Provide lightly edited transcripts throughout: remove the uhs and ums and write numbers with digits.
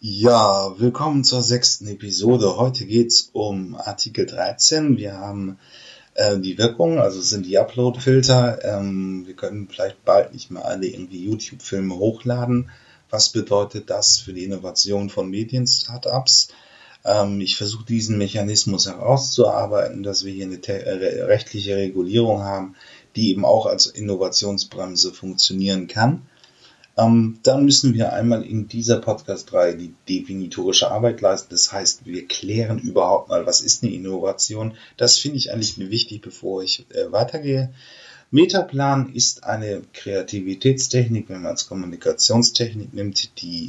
Ja, willkommen zur 6. Episode. Heute geht's um Artikel 13. Wir haben die Wirkung, also es sind die Upload-Filter. Wir können vielleicht bald nicht mehr alle irgendwie YouTube-Filme hochladen. Was bedeutet das für die Innovation von Medien-Startups? Ich versuche diesen Mechanismus herauszuarbeiten, dass wir hier eine rechtliche Regulierung haben, die eben auch als Innovationsbremse funktionieren kann. Dann müssen wir einmal in dieser Podcast-Reihe die definitorische Arbeit leisten. Das heißt, wir klären überhaupt mal, was ist eine Innovation. Das finde ich eigentlich wichtig, bevor ich weitergehe. Metaplan ist eine Kreativitätstechnik, wenn man es Kommunikationstechnik nimmt, die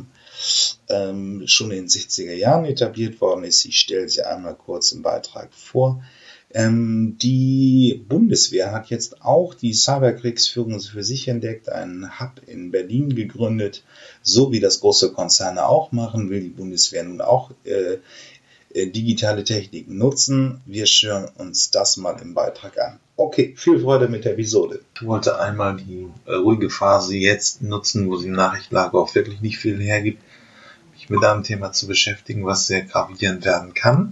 schon in den 60er Jahren etabliert worden ist. Ich stelle sie einmal kurz im Beitrag vor. Die Bundeswehr hat jetzt auch die Cyberkriegsführung für sich entdeckt, einen Hub in Berlin gegründet, so wie das große Konzerne auch machen, will die Bundeswehr nun auch digitale Techniken nutzen. Wir schauen uns das mal im Beitrag an. Okay, viel Freude mit der Episode. Ich wollte einmal die ruhige Phase jetzt nutzen, wo die Nachrichtenlage auch wirklich nicht viel hergibt, mich mit einem Thema zu beschäftigen, was sehr gravierend werden kann.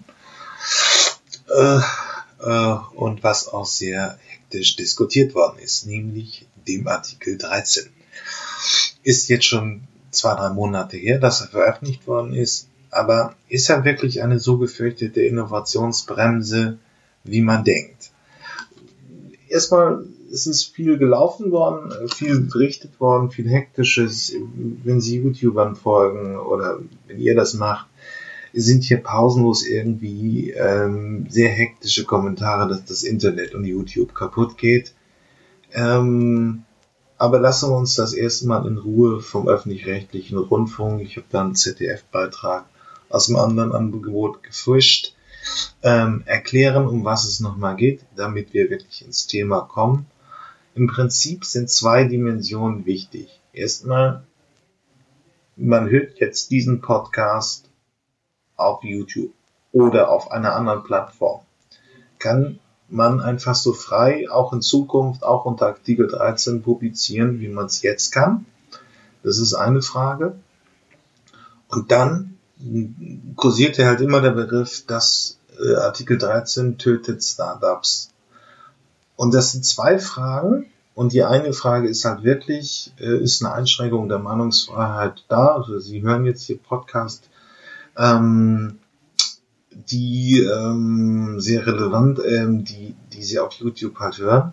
Und was auch sehr hektisch diskutiert worden ist, nämlich dem Artikel 13. Ist jetzt schon 2-3 Monate her, dass er veröffentlicht worden ist, aber ist er wirklich eine so gefürchtete Innovationsbremse, wie man denkt? Erstmal ist es viel gelaufen worden, viel berichtet worden, viel Hektisches. Wenn Sie YouTubern folgen oder wenn ihr das macht, sind hier pausenlos irgendwie sehr hektische Kommentare, dass das Internet und YouTube kaputt geht. Aber lassen wir uns das erstmal in Ruhe vom öffentlich-rechtlichen Rundfunk, ich habe da einen ZDF-Beitrag aus einem anderen Angebot gefrischt, erklären, um was es nochmal geht, damit wir wirklich ins Thema kommen. Im Prinzip sind 2 Dimensionen wichtig. Erstmal, man hört jetzt diesen Podcast auf YouTube oder auf einer anderen Plattform. Kann man einfach so frei auch in Zukunft, auch unter Artikel 13 publizieren, wie man es jetzt kann? Das ist eine Frage. Und dann kursierte halt immer der Begriff, dass Artikel 13 tötet Startups. Und das sind 2 Fragen. Und die eine Frage ist halt wirklich, ist eine Einschränkung der Meinungsfreiheit da? Also Sie hören jetzt hier Podcast, die sehr relevant, die Sie auf YouTube halt hören.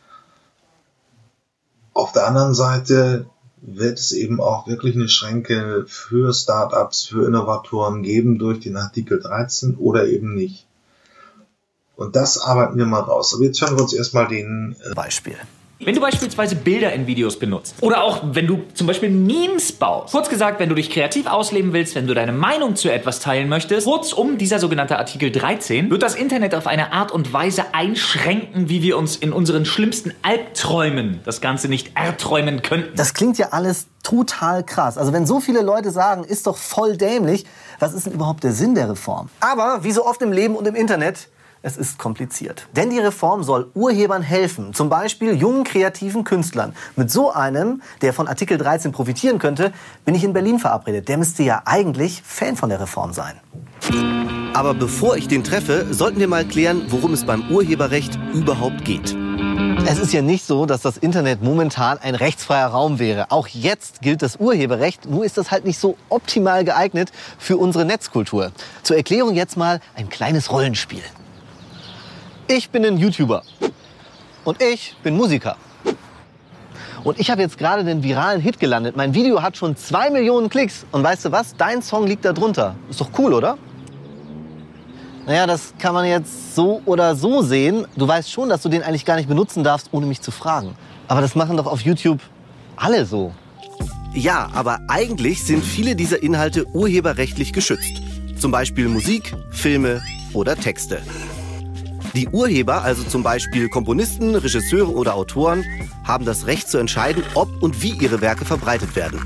Auf der anderen Seite wird es eben auch wirklich eine Schränke für Startups, für Innovatoren geben durch den Artikel 13 oder eben nicht. Und das arbeiten wir mal raus. Aber jetzt hören wir uns erstmal den Beispiel. Wenn du beispielsweise Bilder in Videos benutzt oder auch wenn du zum Beispiel Memes baust. Kurz gesagt, wenn du dich kreativ ausleben willst, wenn du deine Meinung zu etwas teilen möchtest. Kurzum, dieser sogenannte Artikel 13 wird das Internet auf eine Art und Weise einschränken, wie wir uns in unseren schlimmsten Albträumen das Ganze nicht erträumen könnten. Das klingt ja alles total krass. Also wenn so viele Leute sagen, ist doch voll dämlich, was ist denn überhaupt der Sinn der Reform? Aber wie so oft im Leben und im Internet, es ist kompliziert. Denn die Reform soll Urhebern helfen, zum Beispiel jungen, kreativen Künstlern. Mit so einem, der von Artikel 13 profitieren könnte, bin ich in Berlin verabredet. Der müsste ja eigentlich Fan von der Reform sein. Aber bevor ich den treffe, sollten wir mal klären, worum es beim Urheberrecht überhaupt geht. Es ist ja nicht so, dass das Internet momentan ein rechtsfreier Raum wäre. Auch jetzt gilt das Urheberrecht, nur ist das halt nicht so optimal geeignet für unsere Netzkultur. Zur Erklärung jetzt mal ein kleines Rollenspiel. Ich bin ein YouTuber und ich bin Musiker. Und ich habe jetzt gerade einen viralen Hit gelandet. Mein Video hat schon 2 Millionen Klicks. Und weißt du was? Dein Song liegt da drunter. Ist doch cool, oder? Naja, das kann man jetzt so oder so sehen. Du weißt schon, dass du den eigentlich gar nicht benutzen darfst, ohne mich zu fragen. Aber das machen doch auf YouTube alle so. Ja, aber eigentlich sind viele dieser Inhalte urheberrechtlich geschützt. Zum Beispiel Musik, Filme oder Texte. Die Urheber, also zum Beispiel Komponisten, Regisseure oder Autoren, haben das Recht zu entscheiden, ob und wie ihre Werke verbreitet werden.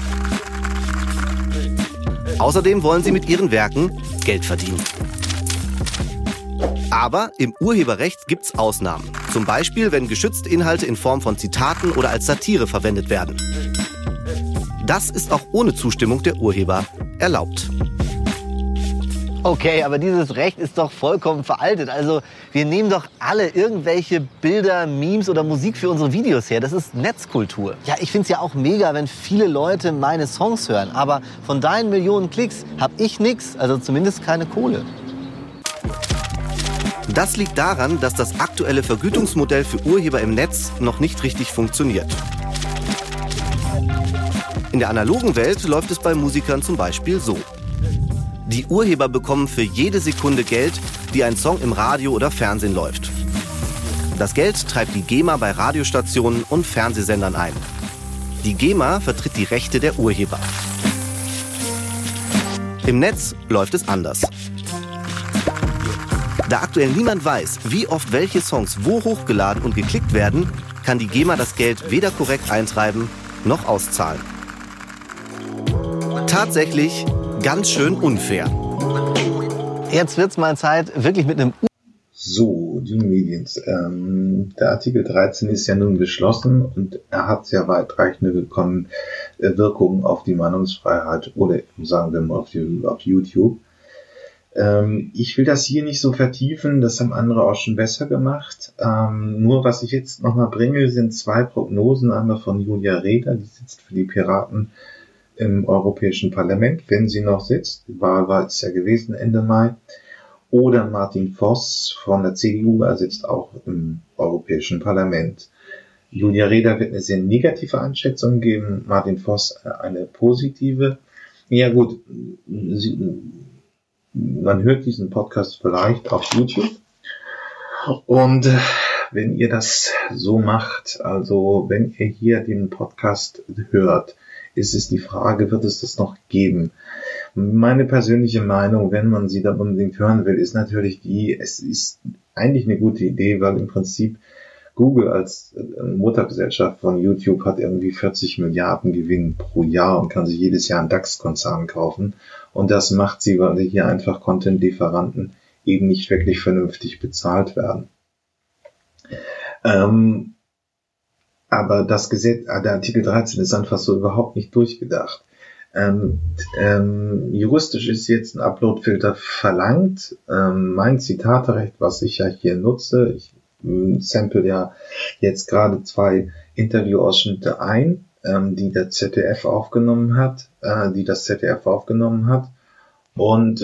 Außerdem wollen sie mit ihren Werken Geld verdienen. Aber im Urheberrecht gibt's Ausnahmen. Zum Beispiel, wenn geschützte Inhalte in Form von Zitaten oder als Satire verwendet werden. Das ist auch ohne Zustimmung der Urheber erlaubt. Okay, aber dieses Recht ist doch vollkommen veraltet. Also wir nehmen doch alle irgendwelche Bilder, Memes oder Musik für unsere Videos her. Das ist Netzkultur. Ja, ich find's ja auch mega, wenn viele Leute meine Songs hören. Aber von deinen Millionen Klicks hab ich nix, also zumindest keine Kohle. Das liegt daran, dass das aktuelle Vergütungsmodell für Urheber im Netz noch nicht richtig funktioniert. In der analogen Welt läuft es bei Musikern zum Beispiel so. Die Urheber bekommen für jede Sekunde Geld, die ein Song im Radio oder Fernsehen läuft. Das Geld treibt die GEMA bei Radiostationen und Fernsehsendern ein. Die GEMA vertritt die Rechte der Urheber. Im Netz läuft es anders. Da aktuell niemand weiß, wie oft welche Songs wo hochgeladen und geklickt werden, kann die GEMA das Geld weder korrekt eintreiben noch auszahlen. Tatsächlich ganz schön unfair. Jetzt wird's mal Zeit, wirklich mit einem So, die Medien. Der Artikel 13 ist ja nun beschlossen und er hat sehr weitreichende Wirkungen auf die Meinungsfreiheit oder sagen wir mal auf YouTube. Ich will das hier nicht so vertiefen, das haben andere auch schon besser gemacht. Nur was ich jetzt nochmal bringe, sind 2 Prognosen. Einmal von Julia Reda, die sitzt für die Piraten im Europäischen Parlament, wenn sie noch sitzt. Die Wahl war es ja gewesen Ende Mai. Oder Martin Voss von der CDU, er sitzt auch im Europäischen Parlament. Julia Reda wird eine sehr negative Einschätzung geben, Martin Voss eine positive. Ja gut, man hört diesen Podcast vielleicht auf YouTube. Und wenn ihr das so macht, also wenn ihr hier den Podcast hört, ist es die Frage, wird es das noch geben? Meine persönliche Meinung, wenn man sie dann unbedingt hören will, ist natürlich es ist eigentlich eine gute Idee, weil im Prinzip Google als Muttergesellschaft von YouTube hat irgendwie 40 Milliarden Gewinn pro Jahr und kann sich jedes Jahr einen DAX-Konzern kaufen. Und das macht sie, weil hier einfach Content-Lieferanten eben nicht wirklich vernünftig bezahlt werden. Aber das Gesetz, der Artikel 13 ist einfach so überhaupt nicht durchgedacht. Juristisch ist jetzt ein Uploadfilter verlangt. Mein Zitaterecht, was ich ja hier nutze, ich sample ja jetzt gerade 2 Interviewausschnitte ein, die das ZDF aufgenommen hat. Und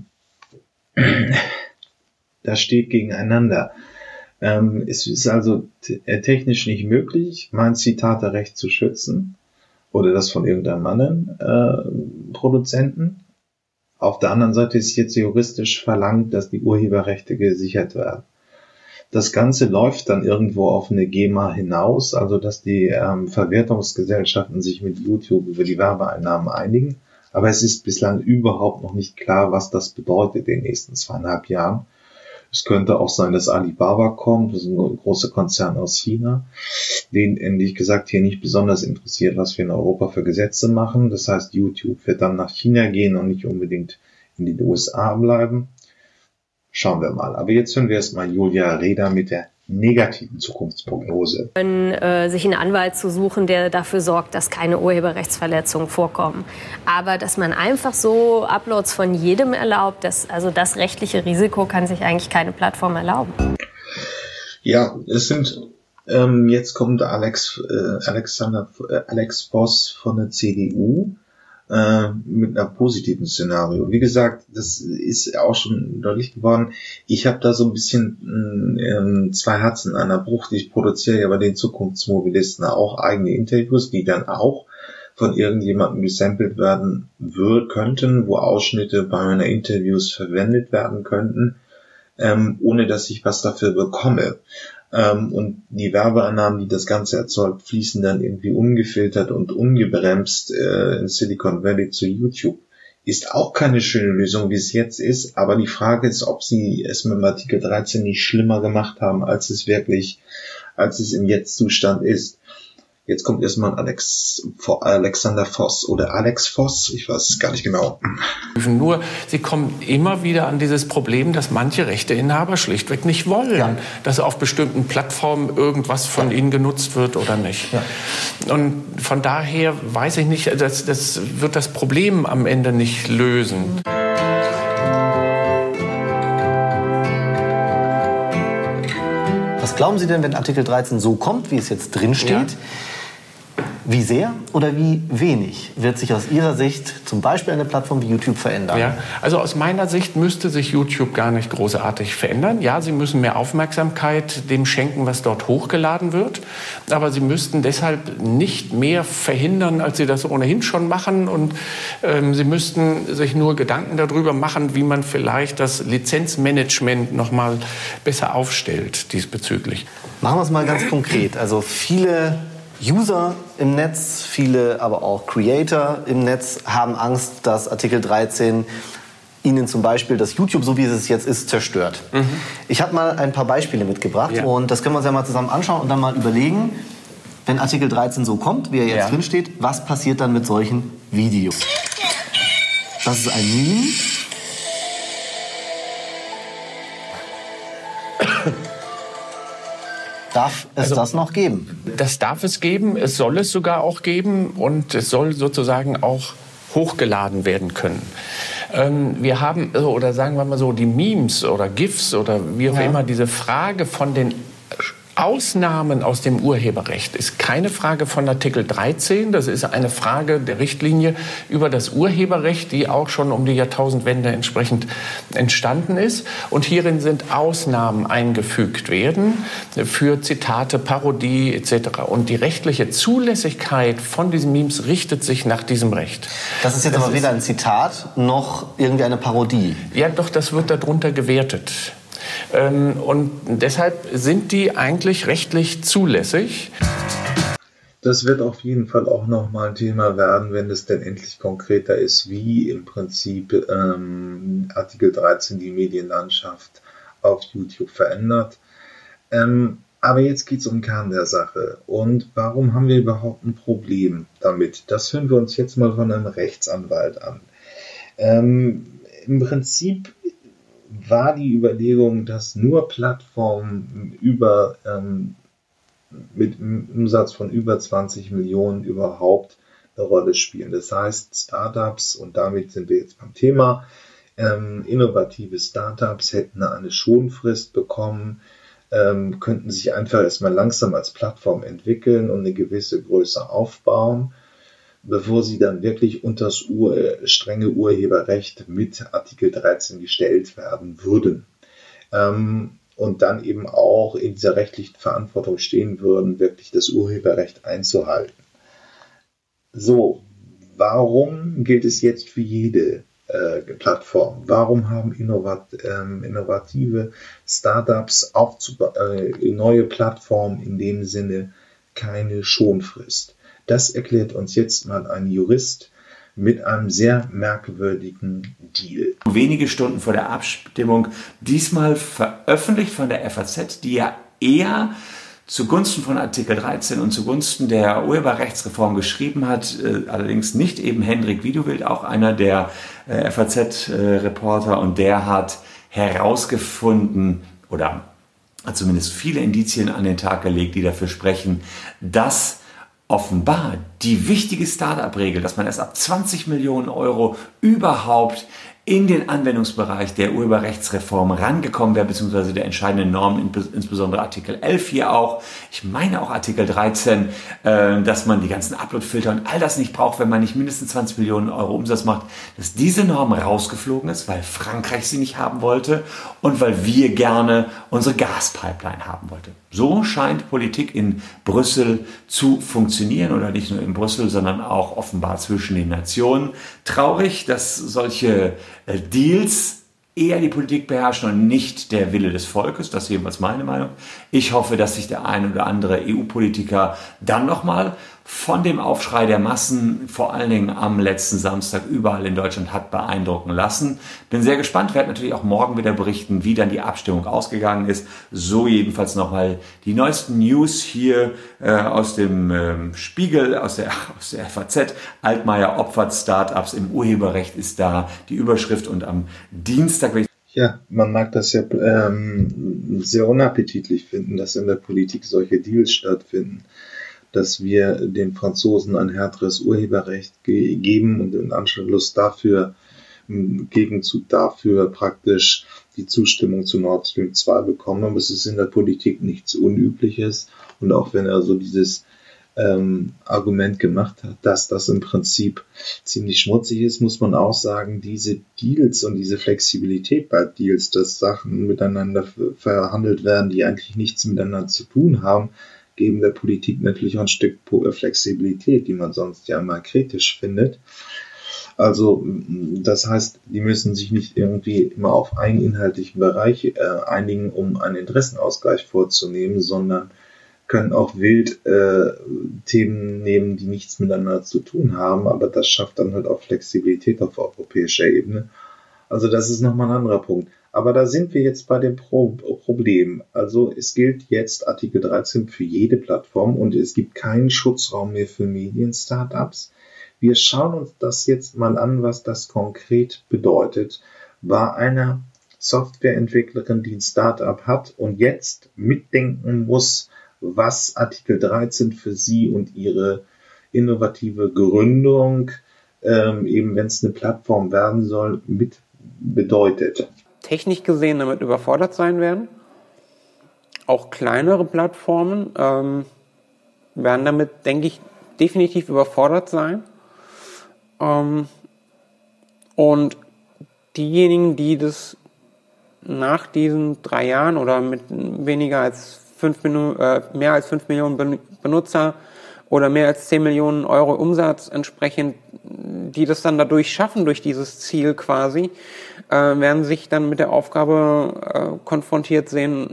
das steht gegeneinander. Es ist also technisch nicht möglich, mein Zitaterecht zu schützen oder das von irgendeinem anderen Produzenten. Auf der anderen Seite ist jetzt juristisch verlangt, dass die Urheberrechte gesichert werden. Das Ganze läuft dann irgendwo auf eine GEMA hinaus, also dass die Verwertungsgesellschaften sich mit YouTube über die Werbeeinnahmen einigen. Aber es ist bislang überhaupt noch nicht klar, was das bedeutet in den nächsten 2,5 Jahren. Es könnte auch sein, dass Alibaba kommt, das ist ein großer Konzern aus China, den ehrlich gesagt hier nicht besonders interessiert, was wir in Europa für Gesetze machen. Das heißt, YouTube wird dann nach China gehen und nicht unbedingt in die USA bleiben. Schauen wir mal. Aber jetzt hören wir erstmal Julia Reda mit der negativen Zukunftsprognose. Sich einen Anwalt zu suchen, der dafür sorgt, dass keine Urheberrechtsverletzungen vorkommen. Aber dass man einfach so Uploads von jedem erlaubt, das rechtliche Risiko kann sich eigentlich keine Plattform erlauben. Ja, es sind jetzt kommt Alex Voss von der CDU mit einer positiven Szenario. Wie gesagt, das ist auch schon deutlich geworden. Ich habe da so ein bisschen 2 Herzen in einer Brust. Ich produziere ja bei den Zukunftsmobilisten auch eigene Interviews, die dann auch von irgendjemandem gesampelt werden könnten, wo Ausschnitte bei meiner Interviews verwendet werden könnten, ohne dass ich was dafür bekomme. Und die Werbeeinnahmen, die das Ganze erzeugt, fließen dann irgendwie ungefiltert und ungebremst in Silicon Valley zu YouTube. Ist auch keine schöne Lösung, wie es jetzt ist, aber die Frage ist, ob sie es mit dem Artikel 13 nicht schlimmer gemacht haben, als es im Jetzt-Zustand ist. Jetzt kommt erstmal Alexander Voss oder Alex Voss, ich weiß es gar nicht genau. Nur, sie kommen immer wieder an dieses Problem, dass manche Rechteinhaber schlichtweg nicht wollen, dass auf bestimmten Plattformen irgendwas von ihnen genutzt wird oder nicht. Ja. Und von daher weiß ich nicht, das wird das Problem am Ende nicht lösen. Was glauben Sie denn, wenn Artikel 13 so kommt, wie es jetzt drin steht? Ja. Wie sehr oder wie wenig wird sich aus Ihrer Sicht zum Beispiel eine Plattform wie YouTube verändern? Ja, also aus meiner Sicht müsste sich YouTube gar nicht großartig verändern. Ja, sie müssen mehr Aufmerksamkeit dem schenken, was dort hochgeladen wird. Aber sie müssten deshalb nicht mehr verhindern, als sie das ohnehin schon machen. Und sie müssten sich nur Gedanken darüber machen, wie man vielleicht das Lizenzmanagement noch mal besser aufstellt diesbezüglich. Machen wir es mal ganz konkret. Also viele User im Netz, viele aber auch Creator im Netz haben Angst, dass Artikel 13 ihnen zum Beispiel das YouTube, so wie es jetzt ist, zerstört. Ich habe mal ein paar Beispiele mitgebracht und das können wir uns ja mal zusammen anschauen und dann mal überlegen, wenn Artikel 13 so kommt, wie er jetzt drin steht, was passiert dann mit solchen Videos? Das ist ein Meme. Darf es das noch geben? Das darf es geben, es soll es sogar auch geben und es soll sozusagen auch hochgeladen werden können. Wir haben, oder sagen wir mal so, die Memes oder GIFs oder wie auch immer, diese Frage von den Ausnahmen aus dem Urheberrecht ist keine Frage von Artikel 13, das ist eine Frage der Richtlinie über das Urheberrecht, die auch schon um die Jahrtausendwende entsprechend entstanden ist. Und hierin sind Ausnahmen eingefügt werden für Zitate, Parodie etc. Und die rechtliche Zulässigkeit von diesen Memes richtet sich nach diesem Recht. Das ist jetzt aber weder ein Zitat noch irgendwie eine Parodie. Ja, doch, das wird darunter gewertet. Und deshalb sind die eigentlich rechtlich zulässig. Das wird auf jeden Fall auch nochmal ein Thema werden, wenn es denn endlich konkreter ist, wie im Prinzip Artikel 13 die Medienlandschaft auf YouTube verändert. Aber jetzt geht es um den Kern der Sache. Und warum haben wir überhaupt ein Problem damit? Das hören wir uns jetzt mal von einem Rechtsanwalt an. Im Prinzip war die Überlegung, dass nur Plattformen mit einem Umsatz von über 20 Millionen überhaupt eine Rolle spielen. Das heißt, Startups, und damit sind wir jetzt beim Thema, innovative Startups hätten eine Schonfrist bekommen, könnten sich einfach erstmal langsam als Plattform entwickeln und eine gewisse Größe aufbauen, bevor sie dann wirklich unter das strenge Urheberrecht mit Artikel 13 gestellt werden würden. Und dann eben auch in dieser rechtlichen Verantwortung stehen würden, wirklich das Urheberrecht einzuhalten. So, warum gilt es jetzt für jede Plattform? Warum haben innovative Startups neue Plattformen in dem Sinne keine Schonfrist? Das erklärt uns jetzt mal ein Jurist mit einem sehr merkwürdigen Deal. Wenige Stunden vor der Abstimmung, diesmal veröffentlicht von der FAZ, die ja eher zugunsten von Artikel 13 und zugunsten der Urheberrechtsreform geschrieben hat, allerdings nicht eben Hendrik Wiedewild, auch einer der FAZ-Reporter, und der hat herausgefunden oder hat zumindest viele Indizien an den Tag gelegt, die dafür sprechen, dass offenbar die wichtige Start-up-Regel, dass man erst ab 20 Millionen Euro überhaupt in den Anwendungsbereich der Urheberrechtsreform rangekommen wäre, beziehungsweise der entscheidenden Normen, insbesondere Artikel 11 hier auch. Ich meine auch Artikel 13, dass man die ganzen Upload-Filter und all das nicht braucht, wenn man nicht mindestens 20 Millionen Euro Umsatz macht, dass diese Norm rausgeflogen ist, weil Frankreich sie nicht haben wollte und weil wir gerne unsere Gaspipeline haben wollten. So scheint Politik in Brüssel zu funktionieren, oder nicht nur in Brüssel, sondern auch offenbar zwischen den Nationen. Traurig, dass solche Deals eher die Politik beherrschen und nicht der Wille des Volkes. Das ist jedenfalls meine Meinung. Ich hoffe, dass sich der ein oder andere EU-Politiker dann nochmal von dem Aufschrei der Massen, vor allen Dingen am letzten Samstag überall in Deutschland, hat beeindrucken lassen. Bin sehr gespannt, werde natürlich auch morgen wieder berichten, wie dann die Abstimmung ausgegangen ist. So jedenfalls nochmal die neuesten News hier aus dem Spiegel, aus der FAZ. Altmaier opfert Startups im Urheberrecht ist da die Überschrift, und am Dienstag will ich... Ja, man mag das ja sehr unappetitlich finden, dass in der Politik solche Deals stattfinden, dass wir den Franzosen ein härteres Urheberrecht geben und im Anschluss dafür, im Gegenzug dafür praktisch die Zustimmung zu Nord Stream 2 bekommen. Aber es ist in der Politik nichts Unübliches. Und auch wenn er so dieses Argument gemacht hat, dass das im Prinzip ziemlich schmutzig ist, muss man auch sagen, diese Deals und diese Flexibilität bei Deals, dass Sachen miteinander verhandelt werden, die eigentlich nichts miteinander zu tun haben, geben der Politik natürlich auch ein Stück Flexibilität, die man sonst ja mal kritisch findet. Also das heißt, die müssen sich nicht irgendwie immer auf einen inhaltlichen Bereich einigen, um einen Interessenausgleich vorzunehmen, sondern können auch wild Themen nehmen, die nichts miteinander zu tun haben, aber das schafft dann halt auch Flexibilität auf europäischer Ebene. Also das ist nochmal ein anderer Punkt. Aber da sind wir jetzt bei dem Problem. Also es gilt jetzt Artikel 13 für jede Plattform und es gibt keinen Schutzraum mehr für Medien-Startups. Wir schauen uns das jetzt mal an, was das konkret bedeutet. Bei einer Softwareentwicklerin, die ein Startup hat und jetzt mitdenken muss, was Artikel 13 für sie und ihre innovative Gründung, eben wenn es eine Plattform werden soll, mit bedeutet. Technisch gesehen damit überfordert sein werden. Auch kleinere Plattformen werden damit, denke ich, definitiv überfordert sein. Und diejenigen, die das nach diesen 3 Jahren oder mit mehr als 5 Millionen Benutzer oder mehr als 10 Millionen Euro Umsatz entsprechend, die das dann dadurch schaffen, durch dieses Ziel quasi, werden sich dann mit der Aufgabe konfrontiert sehen,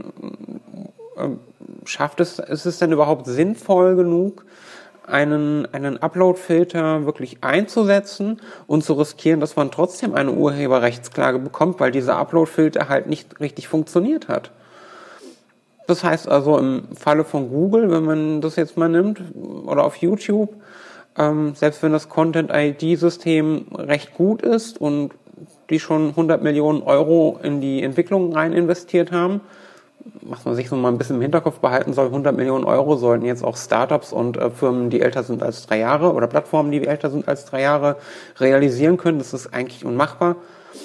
ist es denn überhaupt sinnvoll genug, einen Upload-Filter wirklich einzusetzen und zu riskieren, dass man trotzdem eine Urheberrechtsklage bekommt, weil dieser Upload-Filter halt nicht richtig funktioniert hat. Das heißt also im Falle von Google, wenn man das jetzt mal nimmt, oder auf YouTube, selbst wenn das Content-ID-System recht gut ist und die schon 100 Millionen Euro in die Entwicklung rein investiert haben, was man sich so mal ein bisschen im Hinterkopf behalten soll, 100 Millionen Euro sollten jetzt auch Startups und Firmen, die älter sind als 3 Jahre oder Plattformen, die älter sind als 3 Jahre, realisieren können. Das ist eigentlich unmachbar.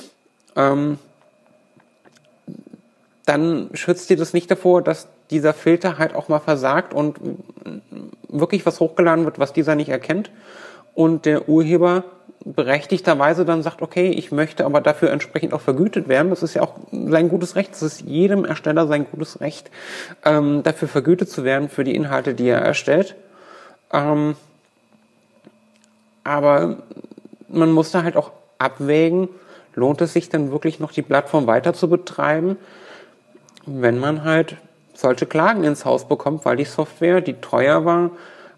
Dann schützt dir das nicht davor, dass dieser Filter halt auch mal versagt und wirklich was hochgeladen wird, was dieser nicht erkennt und der Urheber berechtigterweise dann sagt, okay, ich möchte aber dafür entsprechend auch vergütet werden. Das ist ja auch sein gutes Recht. Das ist jedem Ersteller sein gutes Recht, dafür vergütet zu werden für die Inhalte, die er erstellt. Aber man muss da halt auch abwägen, lohnt es sich denn wirklich noch die Plattform weiter zu betreiben, wenn man halt solche Klagen ins Haus bekommt, weil die Software, die teuer war,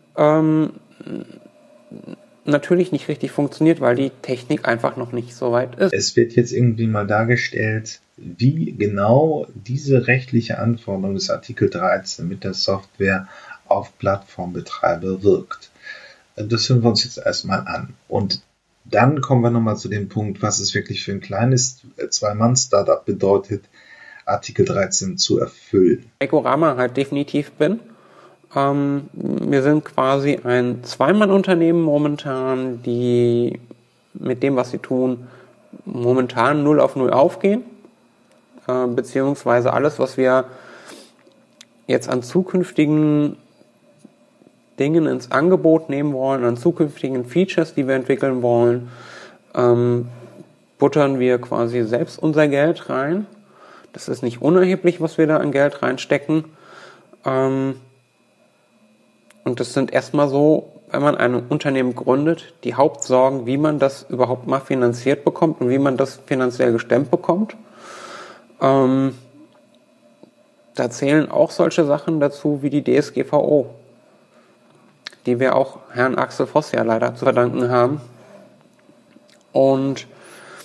natürlich nicht richtig funktioniert, weil die Technik einfach noch nicht so weit ist. Es wird jetzt irgendwie mal dargestellt, wie genau diese rechtliche Anforderung des Artikel 13 mit der Software auf Plattformbetreiber wirkt. Das hören wir uns jetzt erstmal an. Und dann kommen wir nochmal zu dem Punkt, was es wirklich für ein kleines 2-Mann-Startup bedeutet, Artikel 13 zu erfüllen. Ecorama halt definitiv bin. Wir sind quasi ein 2-Mann-Unternehmen momentan, die mit dem, was sie tun, momentan 0 auf 0 aufgehen. Beziehungsweise alles, was wir jetzt an zukünftigen Dingen ins Angebot nehmen wollen, an zukünftigen Features, die wir entwickeln wollen, buttern wir quasi selbst unser Geld rein. Das ist nicht unerheblich, was wir da an Geld reinstecken. Und das sind erstmal so, wenn man ein Unternehmen gründet, die Hauptsorgen, wie man das überhaupt mal finanziert bekommt und wie man das finanziell gestemmt bekommt. Da zählen auch solche Sachen dazu wie die DSGVO. die wir auch Herrn Axel Voss ja leider zu verdanken haben. Und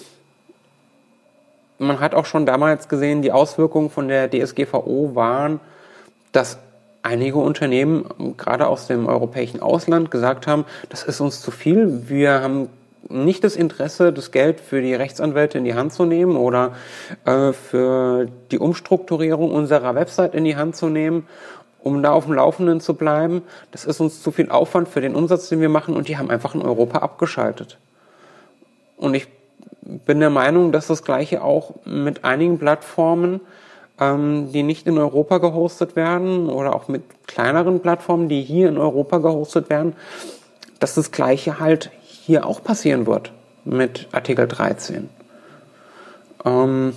man hat auch schon damals gesehen, die Auswirkungen von der DSGVO waren, dass einige Unternehmen, gerade aus dem europäischen Ausland, gesagt haben, das ist uns zu viel, wir haben nicht das Interesse, das Geld für die Rechtsanwälte in die Hand zu nehmen oder für die Umstrukturierung unserer Website in die Hand zu nehmen, um da auf dem Laufenden zu bleiben. Das ist uns zu viel Aufwand für den Umsatz, den wir machen, und die haben einfach in Europa abgeschaltet. Und ich bin der Meinung, dass das Gleiche auch mit einigen Plattformen, die nicht in Europa gehostet werden, oder auch mit kleineren Plattformen, die hier in Europa gehostet werden, dass das Gleiche halt hier auch passieren wird mit Artikel 13. Und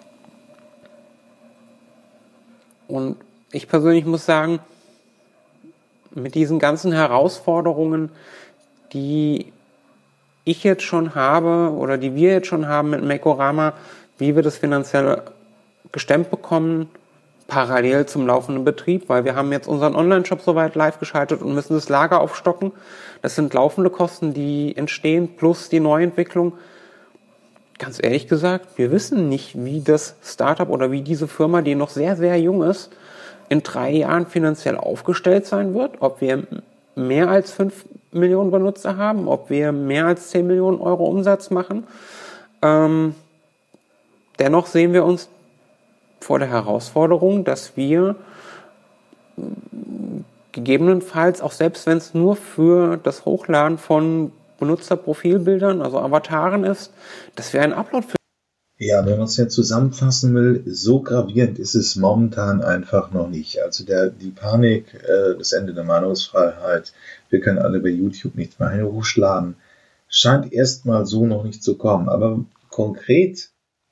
ich persönlich muss sagen, mit diesen ganzen Herausforderungen, die ich jetzt schon habe oder die wir jetzt schon haben mit Makeorama, wie wir das finanziell gestemmt bekommen, parallel zum laufenden Betrieb, weil wir haben jetzt unseren Online-Shop soweit live geschaltet und müssen das Lager aufstocken. Das sind laufende Kosten, die entstehen, plus die Neuentwicklung. Ganz ehrlich gesagt, wir wissen nicht, wie das Startup oder wie diese Firma, die noch sehr, sehr jung ist, in 3 Jahren finanziell aufgestellt sein wird, ob wir mehr als 5 Millionen Benutzer haben, ob wir mehr als 10 Millionen Euro Umsatz machen. Dennoch sehen wir uns vor der Herausforderung, dass wir gegebenenfalls, auch selbst wenn es nur für das Hochladen von Benutzerprofilbildern, also Avataren ist, dass wir einen Upload für... Ja, wenn man es jetzt zusammenfassen will, so gravierend ist es momentan einfach noch nicht. Also die Panik, das Ende der Meinungsfreiheit, wir können alle bei YouTube nichts mehr hochladen, scheint erstmal so noch nicht zu kommen. Aber konkret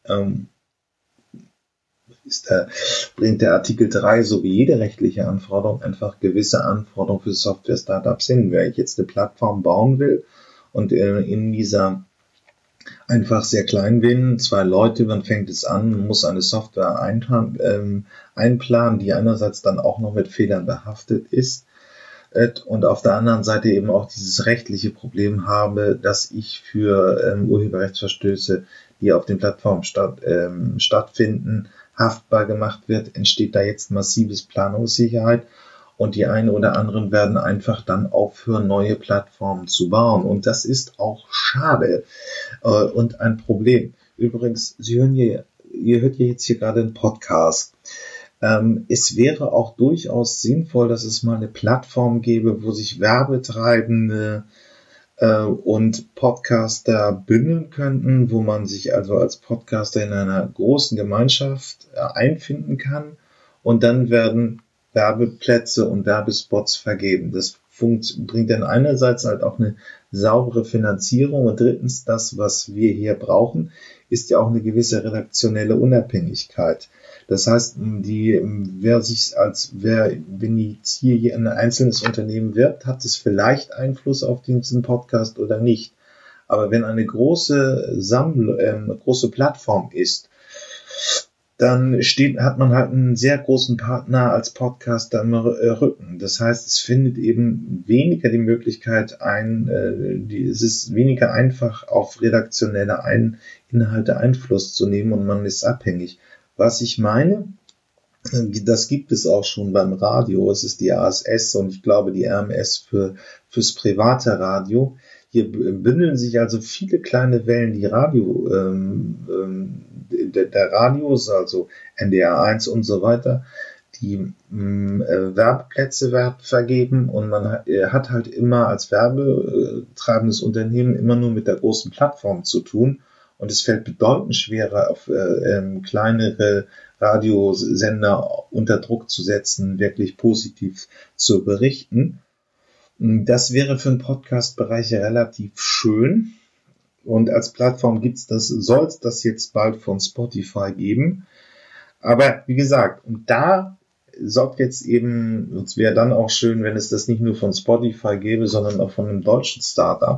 bringt der Artikel 3 so wie jede rechtliche Anforderung einfach gewisse Anforderungen für Software-Startups hin. Wenn ich jetzt eine Plattform bauen will und in dieser einfach sehr klein bin, 2 Leute, dann fängt es an, muss eine Software einplanen, die einerseits dann auch noch mit Fehlern behaftet ist und auf der anderen Seite eben auch dieses rechtliche Problem habe, dass ich für Urheberrechtsverstöße, die auf den Plattformen stattfinden, haftbar gemacht wird, entsteht da jetzt massives Planungssicherheit und die einen oder anderen werden einfach dann aufhören, neue Plattformen zu bauen. Und das ist auch schade und ein Problem. Übrigens, ihr hört ja jetzt hier gerade einen Podcast. Es wäre auch durchaus sinnvoll, dass es mal eine Plattform gäbe, wo sich Werbetreibende und Podcaster bündeln könnten, wo man sich also als Podcaster in einer großen Gemeinschaft einfinden kann und dann werden Werbeplätze und Werbespots vergeben. Das bringt dann einerseits halt auch eine saubere Finanzierung und drittens das, was wir hier brauchen, ist ja auch eine gewisse redaktionelle Unabhängigkeit. Das heißt, wenn jetzt hier ein einzelnes Unternehmen wirbt, hat es vielleicht Einfluss auf diesen Podcast oder nicht. Aber wenn eine große Plattform ist, dann hat man halt einen sehr großen Partner als Podcaster im Rücken. Das heißt, es findet eben weniger die Möglichkeit es ist weniger einfach, auf redaktionelle Inhalte Einfluss zu nehmen und man ist abhängig. Was ich meine, das gibt es auch schon beim Radio, es ist die ASS und ich glaube die RMS fürs private Radio. Hier bündeln sich also viele kleine Wellen, die der Radios, also NDR 1 und so weiter, die Werbeplätze vergeben und man hat halt immer als werbetreibendes Unternehmen immer nur mit der großen Plattform zu tun. Und es fällt bedeutend schwerer, auf kleinere Radiosender unter Druck zu setzen, wirklich positiv zu berichten. Das wäre für den Podcast-Bereich relativ schön. Und als Plattform soll es das jetzt bald von Spotify geben. Aber wie gesagt, und da sorgt jetzt eben, es wäre dann auch schön, wenn es das nicht nur von Spotify gäbe, sondern auch von einem deutschen Startup.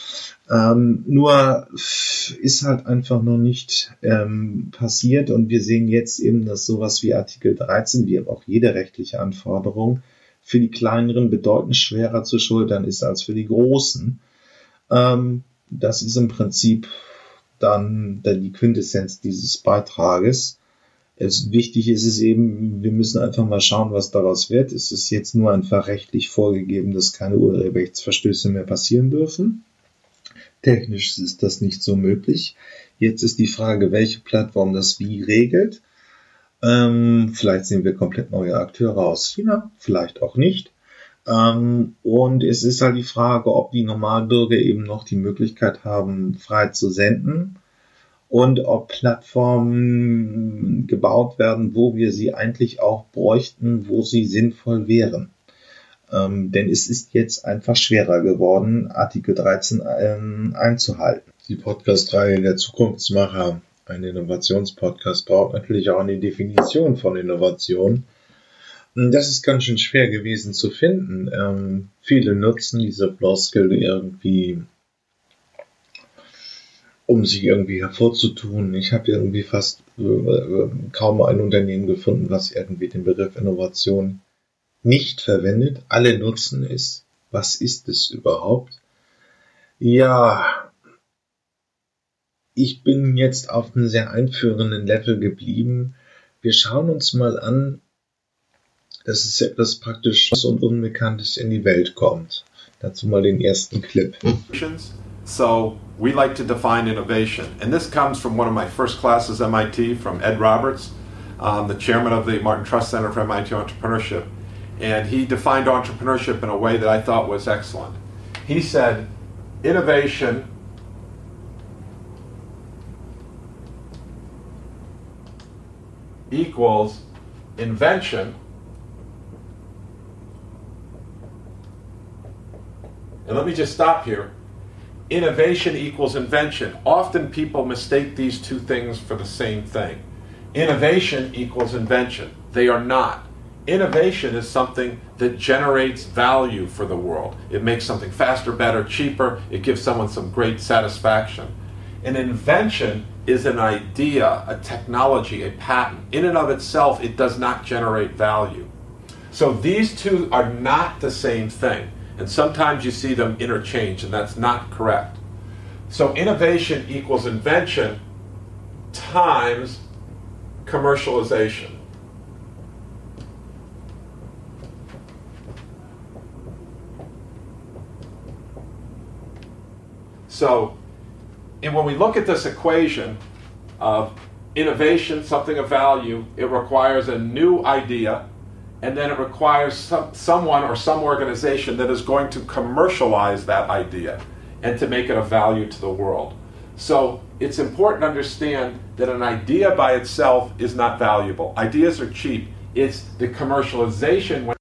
Nur ist halt einfach noch nicht passiert und wir sehen jetzt eben, dass sowas wie Artikel 13, wie auch jede rechtliche Anforderung, für die Kleineren bedeutend schwerer zu schultern ist als für die Großen. Das ist im Prinzip dann die Quintessenz dieses Beitrages. Wichtig ist es eben, wir müssen einfach mal schauen, was daraus wird. Es ist jetzt nur einfach rechtlich vorgegeben, dass keine Urheberrechtsverstöße mehr passieren dürfen. Technisch ist das nicht so möglich. Jetzt ist die Frage, welche Plattform das wie regelt. Vielleicht sehen wir komplett neue Akteure aus China, vielleicht auch nicht. Und es ist halt die Frage, ob die Normalbürger eben noch die Möglichkeit haben, frei zu senden und ob Plattformen gebaut werden, wo wir sie eigentlich auch bräuchten, wo sie sinnvoll wären. Denn es ist jetzt einfach schwerer geworden, Artikel 13 einzuhalten. Die Podcast-Reihe der Zukunftsmacher, ein Innovationspodcast, braucht natürlich auch eine Definition von Innovation. Das ist ganz schön schwer gewesen zu finden. Viele nutzen diese Floskel irgendwie, um sich irgendwie hervorzutun. Ich habe irgendwie fast kaum ein Unternehmen gefunden, was irgendwie den Begriff Innovation nicht verwendet. Alle nutzen es. Was ist es überhaupt? Ja, ich bin jetzt auf einem sehr einführenden Level geblieben. Wir schauen uns mal an, dass es etwas Praktisches und Unbekanntes in die Welt kommt. Dazu mal den ersten Clip. So we like to define innovation. And this comes from one of my first classes at MIT from Ed Roberts, the chairman of the Martin Trust Center for MIT Entrepreneurship. And he defined entrepreneurship in a way that I thought was excellent. He said, innovation equals invention. And let me just stop here. Innovation equals invention. Often people mistake these two things for the same thing. Innovation equals invention. They are not. Innovation is something that generates value for the world. It makes something faster, better, cheaper. It gives someone some great satisfaction. An invention is an idea, a technology, a patent. In and of itself, it does not generate value. So these two are not the same thing. And sometimes you see them interchange, and that's not correct. So innovation equals invention times commercialization. So when we look at this equation of innovation, something of value, it requires a new idea, and then it requires someone or some organization that is going to commercialize that idea and to make it of value to the world. So it's important to understand that an idea by itself is not valuable. Ideas are cheap. It's the commercialization.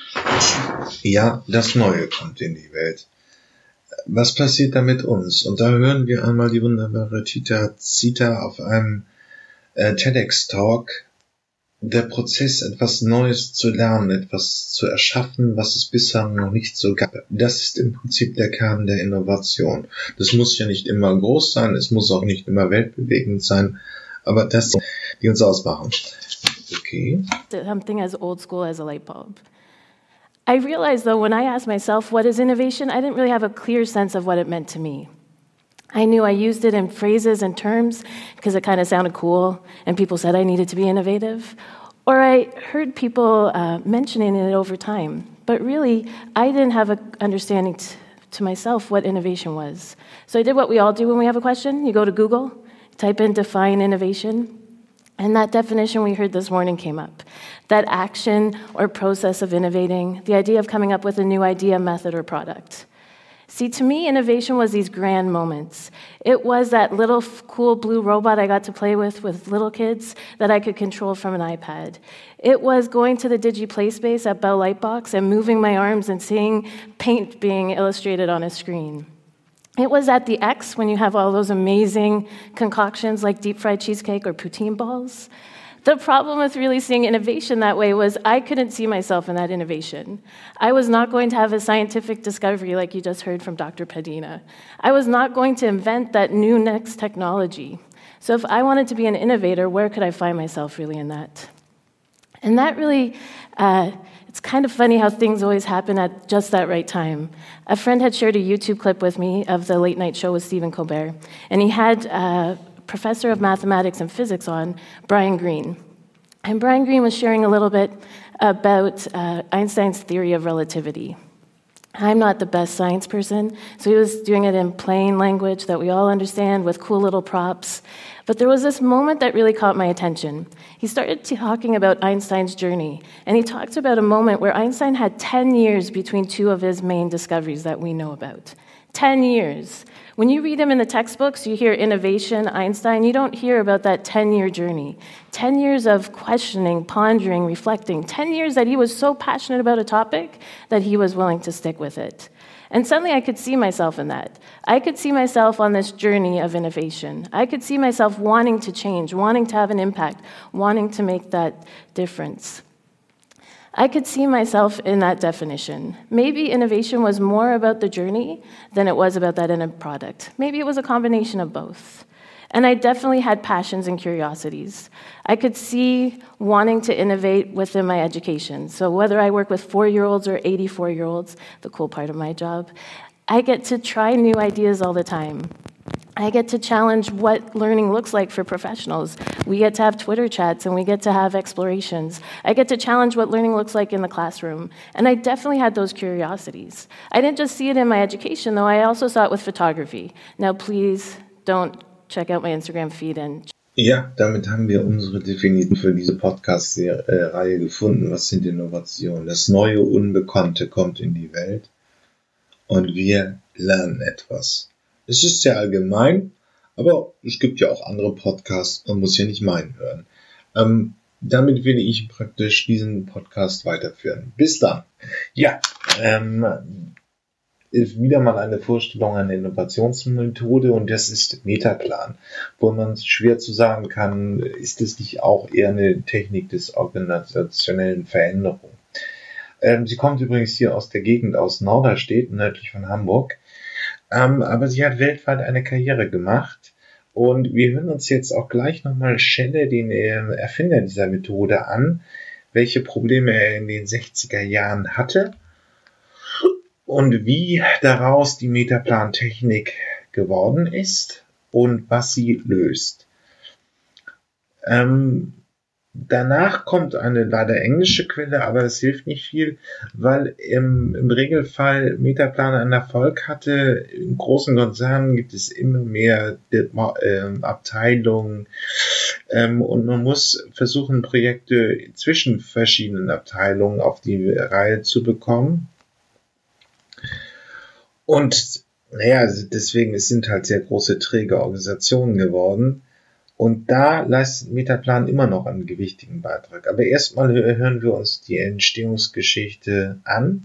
Ja, das Neue kommt in die Welt. Was passiert da mit uns? Und da hören wir einmal die wunderbare Tita Zita auf einem TEDx-Talk. Der Prozess, etwas Neues zu lernen, etwas zu erschaffen, was es bisher noch nicht so gab. Das ist im Prinzip der Kern der Innovation. Das muss ja nicht immer groß sein, es muss auch nicht immer weltbewegend sein, aber das, die uns ausmachen. Okay. Something as old school as a light bulb. I realized, though, when I asked myself, what is innovation, I didn't really have a clear sense of what it meant to me. I knew I used it in phrases and terms because it kind of sounded cool, and people said I needed to be innovative. Or I heard people mentioning it over time. But really, I didn't have an understanding to myself what innovation was. So I did what we all do when we have a question. You go to Google, type in define innovation, and that definition we heard this morning came up. That action or process of innovating, the idea of coming up with a new idea, method, or product. See, to me, innovation was these grand moments. It was that little cool blue robot I got to play with little kids that I could control from an iPad. It was going to the DigiPlay space at Bell Lightbox and moving my arms and seeing paint being illustrated on a screen. It was at the X when you have all those amazing concoctions like deep-fried cheesecake or poutine balls. The problem with really seeing innovation that way was I couldn't see myself in that innovation. I was not going to have a scientific discovery like you just heard from Dr. Padina. I was not going to invent that new next technology. So if I wanted to be an innovator, where could I find myself really in that? And that really, it's kind of funny how things always happen at just that right time. A friend had shared a YouTube clip with me of the Late Night Show with Stephen Colbert, and he had a professor of mathematics and physics on, Brian Greene. And Brian Greene was sharing a little bit about Einstein's theory of relativity. I'm not the best science person, so he was doing it in plain language that we all understand with cool little props. But there was this moment that really caught my attention. He started talking about Einstein's journey, and he talked about a moment where Einstein had 10 years between two of his main discoveries that we know about. 10 years. When you read him in the textbooks, you hear innovation, Einstein, you don't hear about that 10-year journey. 10 years of questioning, pondering, reflecting. 10 years that he was so passionate about a topic that he was willing to stick with it. And suddenly I could see myself in that. I could see myself on this journey of innovation. I could see myself wanting to change, wanting to have an impact, wanting to make that difference. I could see myself in that definition. Maybe innovation was more about the journey than it was about that end product. Maybe it was a combination of both. And I definitely had passions and curiosities. I could see wanting to innovate within my education. So whether I work with 4-year-olds or 84-year-olds, the cool part of my job, I get to try new ideas all the time. I get to challenge what learning looks like for professionals. We get to have Twitter chats and we get to have explorations. I get to challenge what learning looks like in the classroom. And I definitely had those curiosities. I didn't just see it in my education, though. I also saw it with photography. Now, please don't check out my Instagram feed and... Ja, damit haben wir unsere Definition für diese Podcast-Reihe gefunden. Was sind Innovationen? Das neue Unbekannte kommt in die Welt und wir lernen etwas. Es ist sehr allgemein, aber es gibt ja auch andere Podcasts, man muss ja nicht meinen hören. Damit will ich praktisch diesen Podcast weiterführen. Bis dann. Ja, ist wieder mal eine Vorstellung einer Innovationsmethode und das ist Metaplan, wo man schwer zu sagen kann, ist es nicht auch eher eine Technik des organisationellen Veränderung. Sie kommt übrigens hier aus der Gegend aus Norderstedt, nördlich von Hamburg. Aber sie hat weltweit eine Karriere gemacht und wir hören uns jetzt auch gleich nochmal Schelle, den Erfinder dieser Methode, an, welche Probleme er in den 60er Jahren hatte und wie daraus die Metaplan-Technik geworden ist und was sie löst. Danach kommt eine leider englische Quelle, aber das hilft nicht viel, weil im Regelfall Metaplan einen Erfolg hatte. In großen Konzernen gibt es immer mehr Abteilungen und man muss versuchen, Projekte zwischen verschiedenen Abteilungen auf die Reihe zu bekommen. Und naja, deswegen, es sind halt sehr große träge Organisationen geworden. Und da leistet Metaplan immer noch einen gewichtigen Beitrag. Aber erstmal hören wir uns die Entstehungsgeschichte an.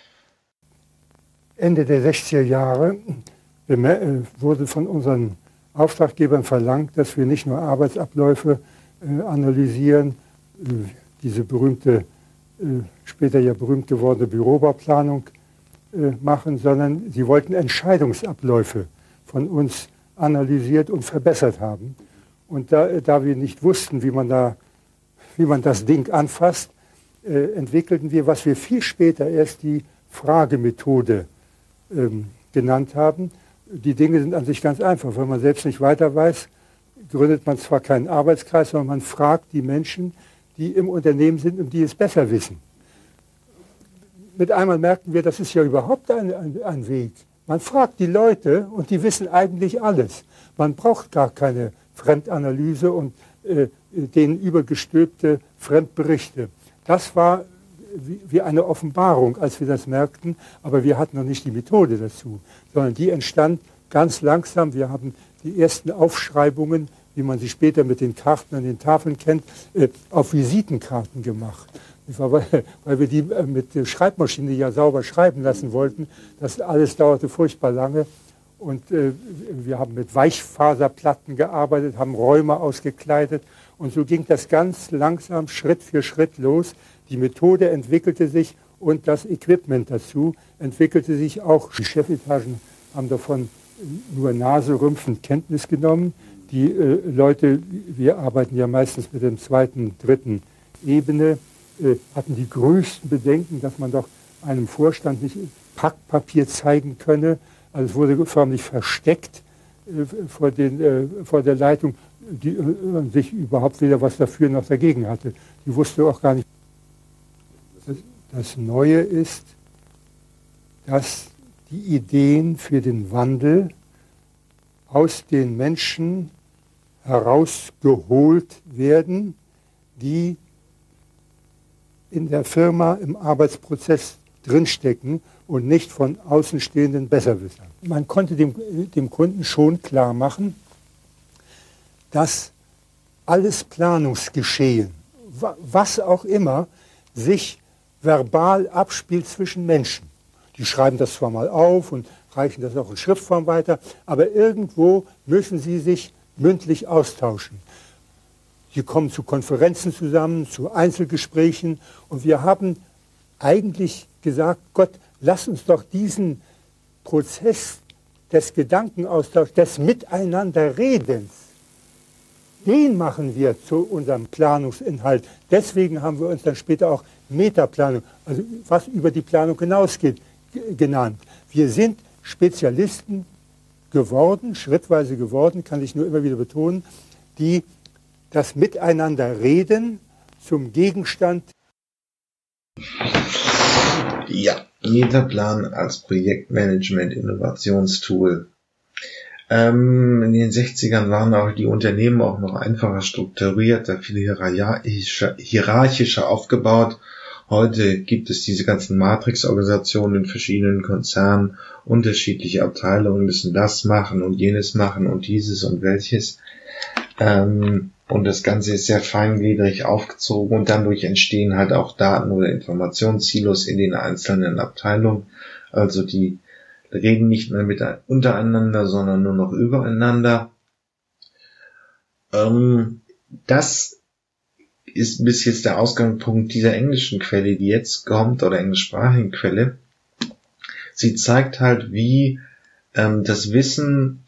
Ende der 60er Jahre wurde von unseren Auftraggebern verlangt, dass wir nicht nur Arbeitsabläufe analysieren, diese berühmte, später ja berühmt gewordene Bürobauplanung machen, sondern sie wollten Entscheidungsabläufe von uns analysiert und verbessert haben. Und da wir nicht wussten, wie man das Ding anfasst, entwickelten wir, was wir viel später erst die Fragemethode genannt haben. Die Dinge sind an sich ganz einfach. Wenn man selbst nicht weiter weiß, gründet man zwar keinen Arbeitskreis, sondern man fragt die Menschen, die im Unternehmen sind und die es besser wissen. Mit einmal merkten wir, das ist ja überhaupt ein Weg. Man fragt die Leute und die wissen eigentlich alles. Man braucht gar keine Fremdanalyse und denen übergestülpte Fremdberichte. Das war wie eine Offenbarung, als wir das merkten, aber wir hatten noch nicht die Methode dazu, sondern die entstand ganz langsam. Wir haben die ersten Aufschreibungen, wie man sie später mit den Karten an den Tafeln kennt, auf Visitenkarten gemacht. Weil wir die mit der Schreibmaschine ja sauber schreiben lassen wollten. Das alles dauerte furchtbar lange. Und wir haben mit Weichfaserplatten gearbeitet, haben Räume ausgekleidet. Und so ging das ganz langsam, Schritt für Schritt los. Die Methode entwickelte sich und das Equipment dazu entwickelte sich auch. Die Chefetagen haben davon nur naserümpfend Kenntnis genommen. Die Leute, wir arbeiten ja meistens mit dem 2., 3. Führungsebene hatten die größten Bedenken, dass man doch einem Vorstand nicht Packpapier zeigen könne. Also es wurde förmlich versteckt vor der Leitung, die sich überhaupt weder was dafür noch dagegen hatte. Die wusste auch gar nicht. Das Neue ist, dass die Ideen für den Wandel aus den Menschen herausgeholt werden, die in der Firma im Arbeitsprozess drinstecken und nicht von außenstehenden Besserwissern. Man konnte dem Kunden schon klar machen, dass alles Planungsgeschehen, was auch immer, sich verbal abspielt zwischen Menschen. Die schreiben das zwar mal auf und reichen das auch in Schriftform weiter, aber irgendwo müssen sie sich mündlich austauschen. Sie kommen zu Konferenzen zusammen, zu Einzelgesprächen und wir haben eigentlich gesagt, Gott, lass uns doch diesen Prozess des Gedankenaustauschs, des Miteinanderredens, den machen wir zu unserem Planungsinhalt. Deswegen haben wir uns dann später auch Metaplanung, also was über die Planung hinausgeht, genannt. Wir sind Spezialisten geworden, schrittweise geworden, kann ich nur immer wieder betonen, die das Miteinanderreden zum Gegenstand. Ja, Metaplan als Projektmanagement-Innovationstool. In den 60ern waren auch die Unternehmen auch noch einfacher strukturiert, viel hierarchischer aufgebaut. Heute gibt es diese ganzen Matrix-Organisationen in verschiedenen Konzernen, unterschiedliche Abteilungen müssen das machen und jenes machen und dieses und welches. Und das Ganze ist sehr feingliedrig aufgezogen und dadurch entstehen halt auch Daten- oder Informationssilos in den einzelnen Abteilungen. Also die reden nicht mehr untereinander, sondern nur noch übereinander. Das ist bis jetzt der Ausgangspunkt dieser englischen Quelle, die jetzt kommt, oder englischsprachigen Quelle. Sie zeigt halt, wie das Wissen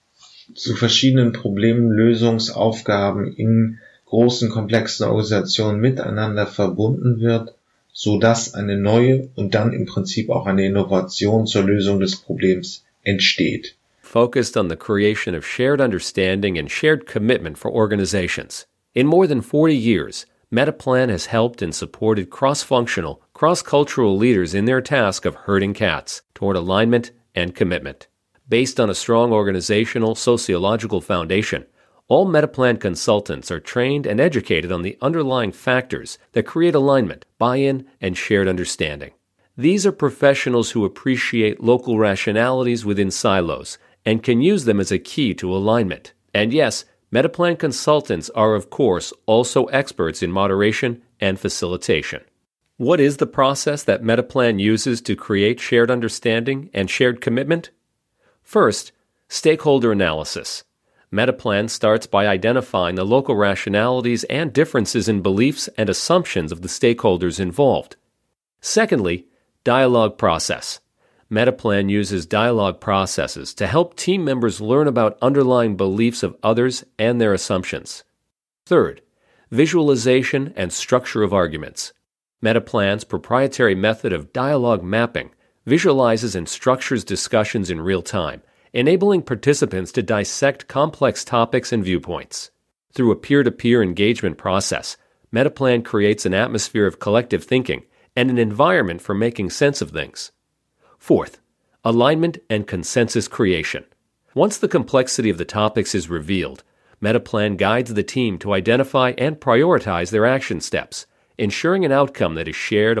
zu verschiedenen Problemen, Lösungsaufgaben in großen, komplexen Organisationen miteinander verbunden wird, so dass eine neue und dann im Prinzip auch eine Innovation zur Lösung des Problems entsteht. Focused on the creation of shared understanding and shared commitment for organizations. In more than 40 years, Metaplan has helped and supported cross-functional, cross-cultural leaders in their task of herding cats toward alignment and commitment. Based on a strong organizational, sociological foundation, all Metaplan consultants are trained and educated on the underlying factors that create alignment, buy-in, and shared understanding. These are professionals who appreciate local rationalities within silos and can use them as a key to alignment. And yes, Metaplan consultants are, of course, also experts in moderation and facilitation. What is the process that Metaplan uses to create shared understanding and shared commitment? First, stakeholder analysis. Metaplan starts by identifying the local rationalities and differences in beliefs and assumptions of the stakeholders involved. Secondly, dialogue process. Metaplan uses dialogue processes to help team members learn about underlying beliefs of others and their assumptions. Third, visualization and structure of arguments. Metaplan's proprietary method of dialogue mapping visualizes and structures discussions in real time, enabling participants to dissect complex topics and viewpoints. Through a peer-to-peer engagement process, Metaplan creates an atmosphere of collective thinking and an environment for making sense of things. Fourth, alignment and consensus creation. Once the complexity of the topics is revealed, Metaplan guides the team to identify and prioritize their action steps, ensuring an outcome that is shared.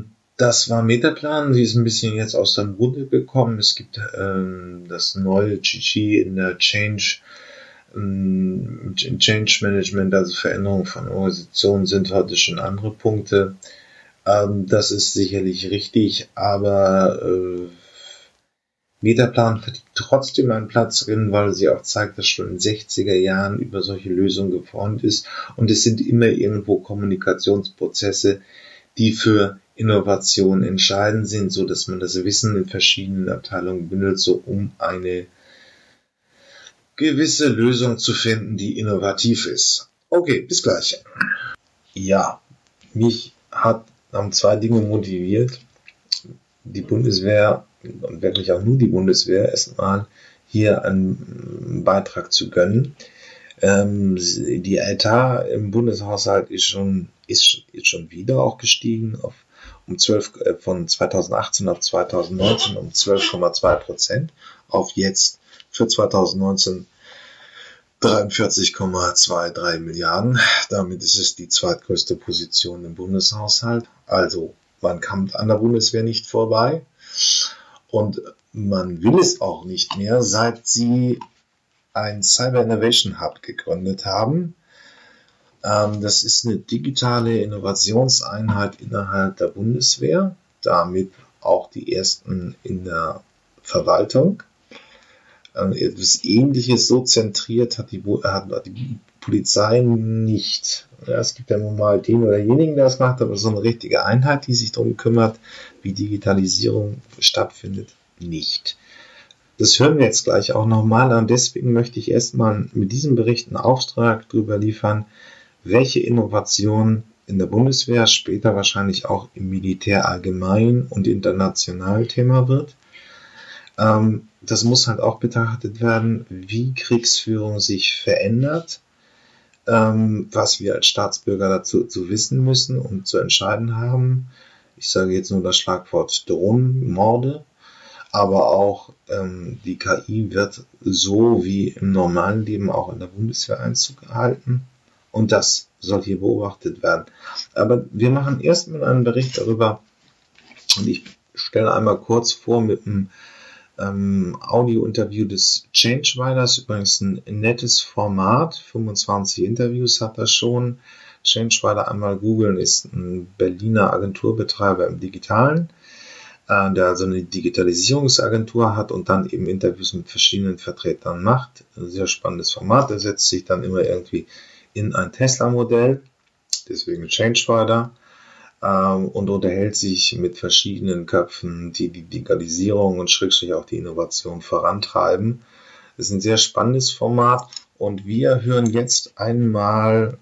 Das war Metaplan, sie ist ein bisschen jetzt aus der Mode gekommen. Es gibt das neue GG in der Change Management, also Veränderung von Organisationen sind heute schon andere Punkte. Das ist sicherlich richtig, aber Metaplan verdient trotzdem einen Platz drin, weil sie auch zeigt, dass schon in den 60er Jahren über solche Lösungen geformt ist. Und es sind immer irgendwo Kommunikationsprozesse, die für Innovation entscheidend sind, so dass man das Wissen in verschiedenen Abteilungen bündelt, so um eine gewisse Lösung zu finden, die innovativ ist. Okay, bis gleich. Ja, Mich haben zwei Dinge motiviert. Die Bundeswehr und wirklich auch nur die Bundeswehr erstmal hier einen Beitrag zu gönnen. Die Etat im Bundeshaushalt ist schon wieder auch gestiegen von 2018 auf 2019 um 12,2% auf jetzt für 2019 43,23 Milliarden. Damit ist es die zweitgrößte Position im Bundeshaushalt. Also man kommt an der Bundeswehr nicht vorbei und man will es auch nicht mehr, seit sie ein Cyber Innovation Hub gegründet haben. Das ist eine digitale Innovationseinheit innerhalb der Bundeswehr, damit auch die ersten in der Verwaltung. Etwas Ähnliches so zentriert hat die Polizei nicht. Ja, es gibt ja nun mal den oder jenigen, der das macht, aber so eine richtige Einheit, die sich darum kümmert, wie Digitalisierung stattfindet, nicht. Das hören wir jetzt gleich auch nochmal an. Deswegen möchte ich erstmal mit diesem Bericht einen Auftrag darüber liefern, welche Innovation in der Bundeswehr, später wahrscheinlich auch im Militär allgemein und international Thema wird. Das muss halt auch betrachtet werden, wie Kriegsführung sich verändert, was wir als Staatsbürger dazu zu wissen müssen und zu entscheiden haben. Ich sage jetzt nur das Schlagwort Drohnenmorde, aber auch die KI wird so wie im normalen Leben auch in der Bundeswehr Einzug halten und das soll hier beobachtet werden. Aber wir machen erstmal einen Bericht darüber und ich stelle einmal kurz vor mit einem Audio-Interview des Changeriders, übrigens ein nettes Format, 25 Interviews hat er schon. Changerider einmal googeln, ist ein Berliner Agenturbetreiber im Digitalen, der also eine Digitalisierungsagentur hat und dann eben Interviews mit verschiedenen Vertretern macht. Ein sehr spannendes Format, der setzt sich dann immer irgendwie in ein Tesla-Modell, deswegen Changerider, und unterhält sich mit verschiedenen Köpfen, die die Digitalisierung und schrägstrich auch die Innovation vorantreiben. Das ist ein sehr spannendes Format und wir hören jetzt einmal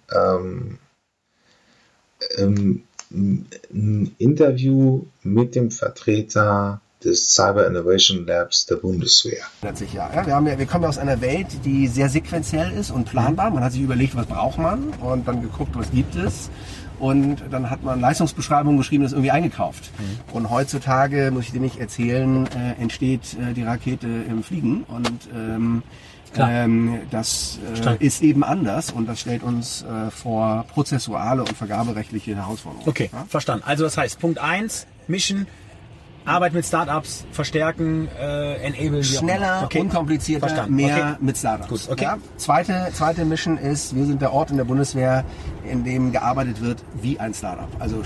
ein Interview mit dem Vertreter des Cyber Innovation Labs der Bundeswehr. Wir kommen aus einer Welt, die sehr sequenziell ist und planbar. Man hat sich überlegt, was braucht man und dann geguckt, was gibt es. Und dann hat man Leistungsbeschreibungen geschrieben, das irgendwie eingekauft. Und heutzutage, muss ich dir nicht erzählen, entsteht die Rakete im Fliegen. Und das ist eben anders und das stellt uns vor prozessuale und vergaberechtliche Herausforderungen. Okay, verstanden. Also das heißt, Punkt 1, Mission, Arbeit mit Startups, verstärken, enablen. Schneller, unkomplizierter, verstanden. mehr mit Startups. Gut, okay. Ja? Zweite Mission ist, wir sind der Ort in der Bundeswehr, in dem gearbeitet wird wie ein Startup. Also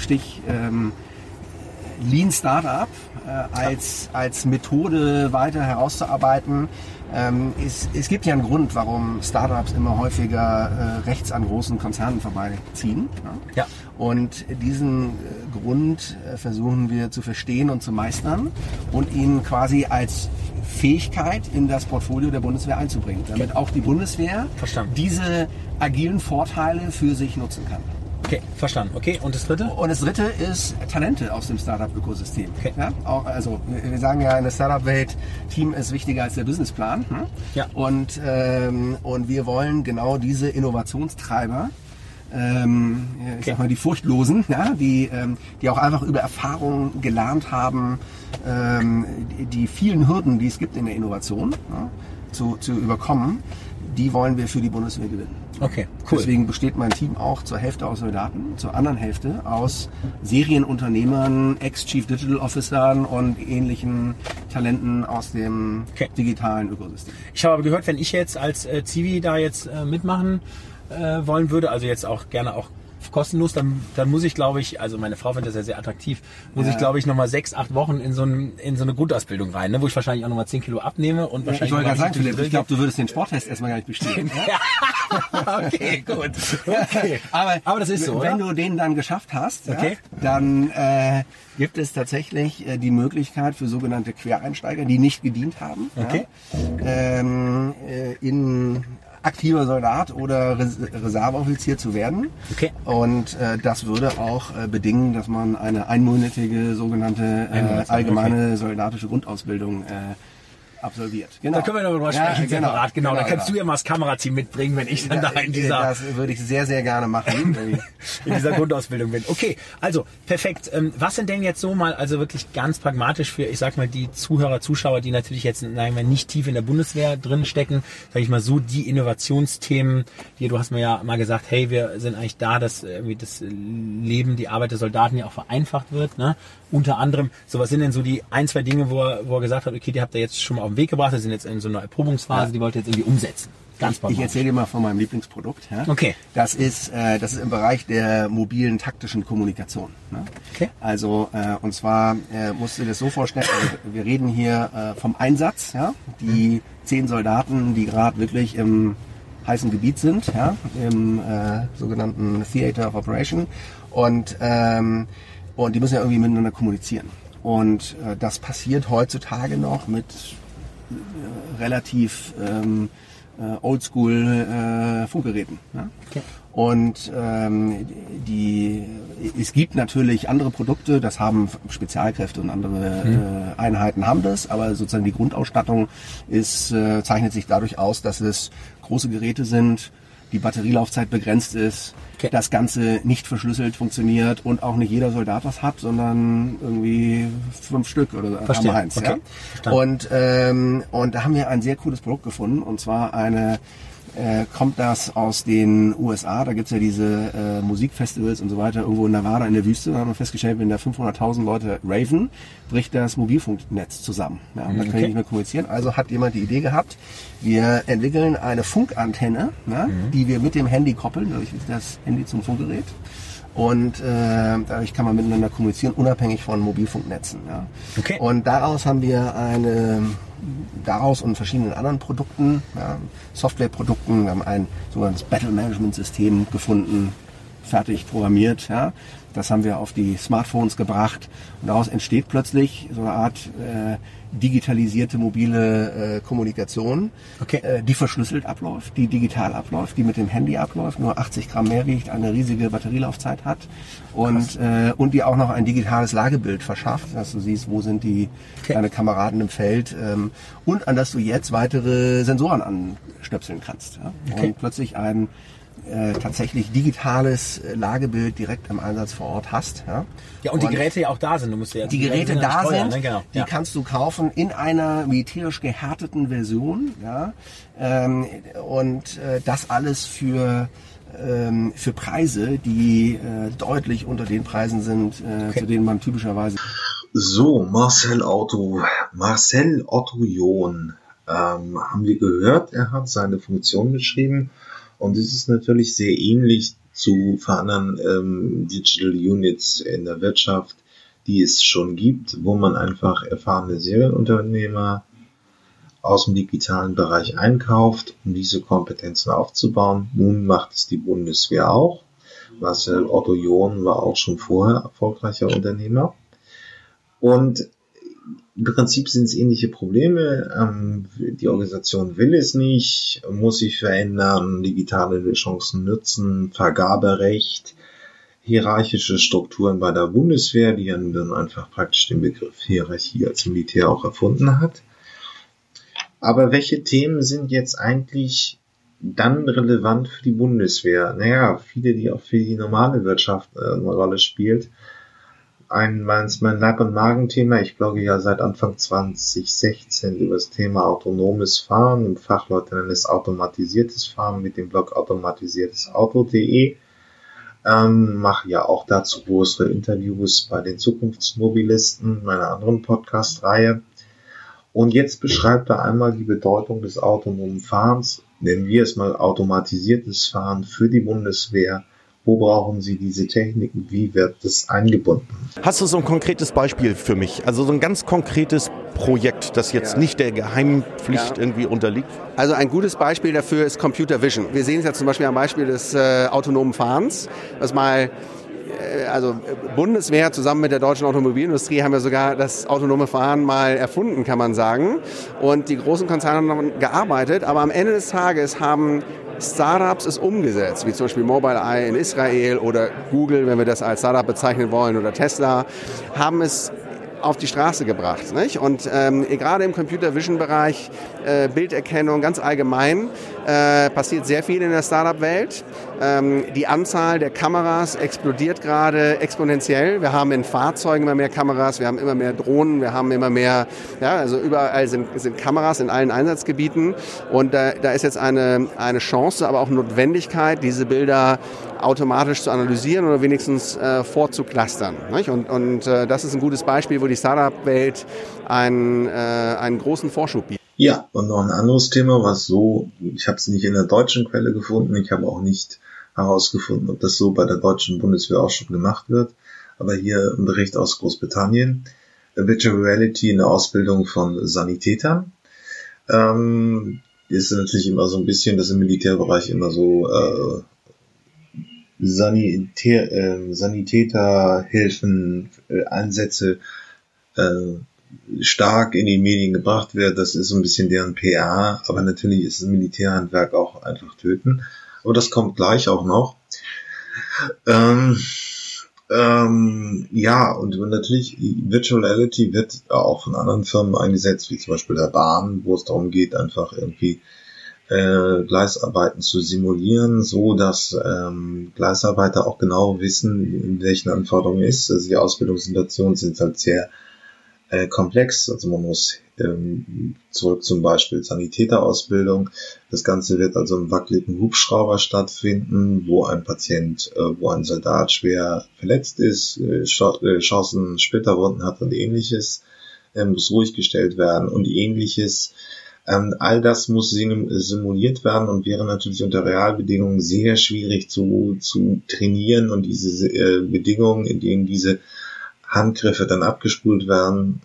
Lean Startup als Methode weiter herauszuarbeiten. Es gibt ja einen Grund, warum Startups immer häufiger rechts an großen Konzernen vorbeiziehen. Ja? Und diesen Grund versuchen wir zu verstehen und zu meistern und ihn quasi als Fähigkeit in das Portfolio der Bundeswehr einzubringen, damit auch die Bundeswehr diese agilen Vorteile für sich nutzen kann. Okay, verstanden. Okay, und das dritte? Und das dritte ist Talente aus dem Startup-Ökosystem. Okay. Ja? Also wir sagen ja in der Startup-Welt, Team ist wichtiger als der Businessplan. Ja. Und wir wollen genau diese Innovationstreiber, ich sag mal die Furchtlosen, ja, die auch einfach über Erfahrung gelernt haben, die vielen Hürden, die es gibt in der Innovation, zu überkommen, die wollen wir für die Bundeswehr gewinnen. Okay, cool. Deswegen besteht mein Team auch zur Hälfte aus Soldaten, zur anderen Hälfte aus Serienunternehmern, Ex-Chief Digital Officern und ähnlichen Talenten aus dem digitalen Ökosystem. Ich habe aber gehört, wenn ich jetzt als Zivi da jetzt mitmachen wollen würde, also jetzt auch gerne auch kostenlos, dann muss ich, glaube ich, also meine Frau findet das ja sehr attraktiv, muss ich, glaube ich, nochmal 6-8 Wochen in so eine Grundausbildung rein, ne, wo ich wahrscheinlich auch nochmal 10 Kilo abnehme und wahrscheinlich. Ich wollte gerade sagen, Philipp, ich glaube, du würdest den Sporttest erstmal gar nicht bestehen. Okay, gut. Okay. Aber das ist so, wenn oder? du den dann geschafft hast, dann gibt es tatsächlich die Möglichkeit für sogenannte Quereinsteiger, die nicht gedient haben, in aktiver Soldat oder Reserveoffizier zu werden. Okay. Und das würde auch bedingen, dass man eine einmonatige sogenannte allgemeine soldatische Grundausbildung absolviert. Genau. Da können wir darüber sprechen, separat. Genau. Da kannst du ja mal das Kamerateam mitbringen, wenn ich dann da in dieser... Das würde ich sehr, sehr gerne machen. in dieser Grundausbildung bin. Okay, also perfekt. Was sind denn jetzt so mal, also wirklich ganz pragmatisch für, ich sag mal, die Zuhörer, Zuschauer, die natürlich jetzt nicht tief in der Bundeswehr drin stecken, sag ich mal so, die Innovationsthemen, du hast mir ja mal gesagt, hey, wir sind eigentlich da, dass irgendwie das Leben, die Arbeit der Soldaten ja auch vereinfacht wird, ne? Unter anderem, so was sind denn so die 1, 2 Dinge, wo er gesagt hat, okay, die habt ihr jetzt schon mal auf den Weg gebracht, das sind jetzt in so einer Erprobungsphase, die wollt ihr jetzt irgendwie umsetzen. Ich erzähle dir mal von meinem Lieblingsprodukt. Ja? Okay. Das ist im Bereich der mobilen taktischen Kommunikation. Ne? Okay. Also und zwar musst du dir das so vorstellen, wir reden hier vom Einsatz, ja? Die 10 Soldaten, die gerade wirklich im heißen Gebiet sind, ja? Im sogenannten Theater of Operation und die müssen ja irgendwie miteinander kommunizieren. Und das passiert heutzutage noch mit relativ Oldschool Funkgeräten. Ja? Okay. Und es gibt natürlich andere Produkte, das haben Spezialkräfte und andere Einheiten haben das, aber sozusagen die Grundausstattung zeichnet sich dadurch aus, dass es große Geräte sind, die Batterielaufzeit begrenzt ist, das Ganze nicht verschlüsselt funktioniert und auch nicht jeder Soldat was hat, sondern irgendwie 5 Stück oder eins. Okay. Ja? Und da haben wir ein sehr cooles Produkt gefunden, und zwar kommt das aus den USA, da gibt's ja diese Musikfestivals und so weiter, irgendwo in Nevada in der Wüste, da haben wir festgestellt, wenn da 500.000 Leute raven, bricht das Mobilfunknetz zusammen. Ja, und da können die nicht mehr kommunizieren. Also hat jemand die Idee gehabt, wir entwickeln eine Funkantenne, die wir mit dem Handy koppeln, dadurch ist das Handy zum Funkgerät. Und dadurch kann man miteinander kommunizieren, unabhängig von Mobilfunknetzen. Ja. Okay. Und daraus haben wir daraus und verschiedenen anderen Produkten, Softwareprodukten, wir haben ein sogenanntes Battle-Management-System gefunden, fertig programmiert. Ja. Das haben wir auf die Smartphones gebracht und daraus entsteht plötzlich so eine Art digitalisierte mobile Kommunikation, die verschlüsselt abläuft, die digital abläuft, die mit dem Handy abläuft, nur 80 Gramm mehr wiegt, eine riesige Batterielaufzeit hat und die auch noch ein digitales Lagebild verschafft, dass du siehst, wo sind deine Kameraden im Feld und an das du jetzt weitere Sensoren anstöpseln kannst. Ja? Und plötzlich ein tatsächlich digitales Lagebild direkt im Einsatz vor Ort hast. Ja, und die Geräte ja auch da sind. Du musst ja die Geräte da steuern, sind, ne? Genau. Die kannst du kaufen in einer militärisch gehärteten Version. Ja, und das alles für Preise, die deutlich unter den Preisen sind, zu denen man typischerweise... So, Marcel Otto John haben wir gehört. Er hat seine Funktion beschrieben. Und es ist natürlich sehr ähnlich zu anderen Digital Units in der Wirtschaft, die es schon gibt, wo man einfach erfahrene Serienunternehmer aus dem digitalen Bereich einkauft, um diese Kompetenzen aufzubauen. Nun macht es die Bundeswehr auch. Marcel Otto John war auch schon vorher erfolgreicher Unternehmer. Und im Prinzip sind es ähnliche Probleme. Die Organisation will es nicht, muss sich verändern, digitale Chancen nutzen, Vergaberecht, hierarchische Strukturen bei der Bundeswehr, die dann einfach praktisch den Begriff Hierarchie als Militär auch erfunden hat. Aber welche Themen sind jetzt eigentlich dann relevant für die Bundeswehr? Naja, viele, die auch für die normale Wirtschaft eine Rolle spielt. Mein Leib- und Magenthema, ich blogge ja seit Anfang 2016 über das Thema autonomes Fahren, und Fachleute nennen es automatisiertes Fahren mit dem Blog automatisiertesauto.de. Mache ja auch dazu größere Interviews bei den Zukunftsmobilisten, meiner anderen Podcast-Reihe. Und jetzt beschreibt er einmal die Bedeutung des autonomen Fahrens, nennen wir es mal automatisiertes Fahren für die Bundeswehr. Wo brauchen Sie diese Techniken? Wie wird das eingebunden? Hast du so ein konkretes Beispiel für mich? Also so ein ganz konkretes Projekt, das jetzt nicht der Geheimpflicht irgendwie unterliegt? Also ein gutes Beispiel dafür ist Computer Vision. Wir sehen es ja zum Beispiel am Beispiel des autonomen Fahrens, was mal also Bundeswehr zusammen mit der deutschen Automobilindustrie haben ja sogar das autonome Fahren mal erfunden, kann man sagen. Und die großen Konzerne haben daran gearbeitet, aber am Ende des Tages haben Startups es umgesetzt, wie zum Beispiel Mobileye in Israel oder Google, wenn wir das als Startup bezeichnen wollen, oder Tesla, haben es auf die Straße gebracht. Nicht? Und gerade im Computer-Vision-Bereich, Bilderkennung ganz allgemein, passiert sehr viel in der Startup-Welt. Die Anzahl der Kameras explodiert gerade exponentiell. Wir haben in Fahrzeugen immer mehr Kameras, wir haben immer mehr Drohnen, wir haben immer mehr, ja, also überall sind Kameras in allen Einsatzgebieten. Und da ist jetzt eine Chance, aber auch Notwendigkeit, diese Bilder automatisch zu analysieren oder wenigstens vorzuklustern. Nicht? Und das ist ein gutes Beispiel, wo die Startup-Welt einen großen Vorschub bietet. Ja, und noch ein anderes Thema, was so, ich habe es nicht in der deutschen Quelle gefunden, ich habe auch nicht herausgefunden, ob das so bei der deutschen Bundeswehr auch schon gemacht wird, aber hier ein Bericht aus Großbritannien, Virtual Reality in der Ausbildung von Sanitätern. Ist natürlich immer so ein bisschen, dass im Militärbereich immer so Sanitäterhilfen, Einsätze stark in die Medien gebracht wird. Das ist so ein bisschen deren PR, aber natürlich ist das Militärhandwerk auch einfach töten. Aber das kommt gleich auch noch. Ja, und natürlich Virtual Reality wird auch von anderen Firmen eingesetzt, wie zum Beispiel der Bahn, wo es darum geht, einfach irgendwie Gleisarbeiten zu simulieren, so dass Gleisarbeiter auch genau wissen, in welchen Anforderungen ist. Also die Ausbildungssituationen sind halt sehr komplex. Also man muss zurück zum Beispiel Sanitäterausbildung. Das Ganze wird also im wackeligen Hubschrauber stattfinden, wo ein Patient, wo ein Soldat schwer verletzt ist, Chancen, Splitterwunden hat und ähnliches, muss ruhig gestellt werden und ähnliches. All das muss simuliert werden und wäre natürlich unter Realbedingungen sehr schwierig zu trainieren, und diese Bedingungen, in denen diese Handgriffe dann abgespult werden,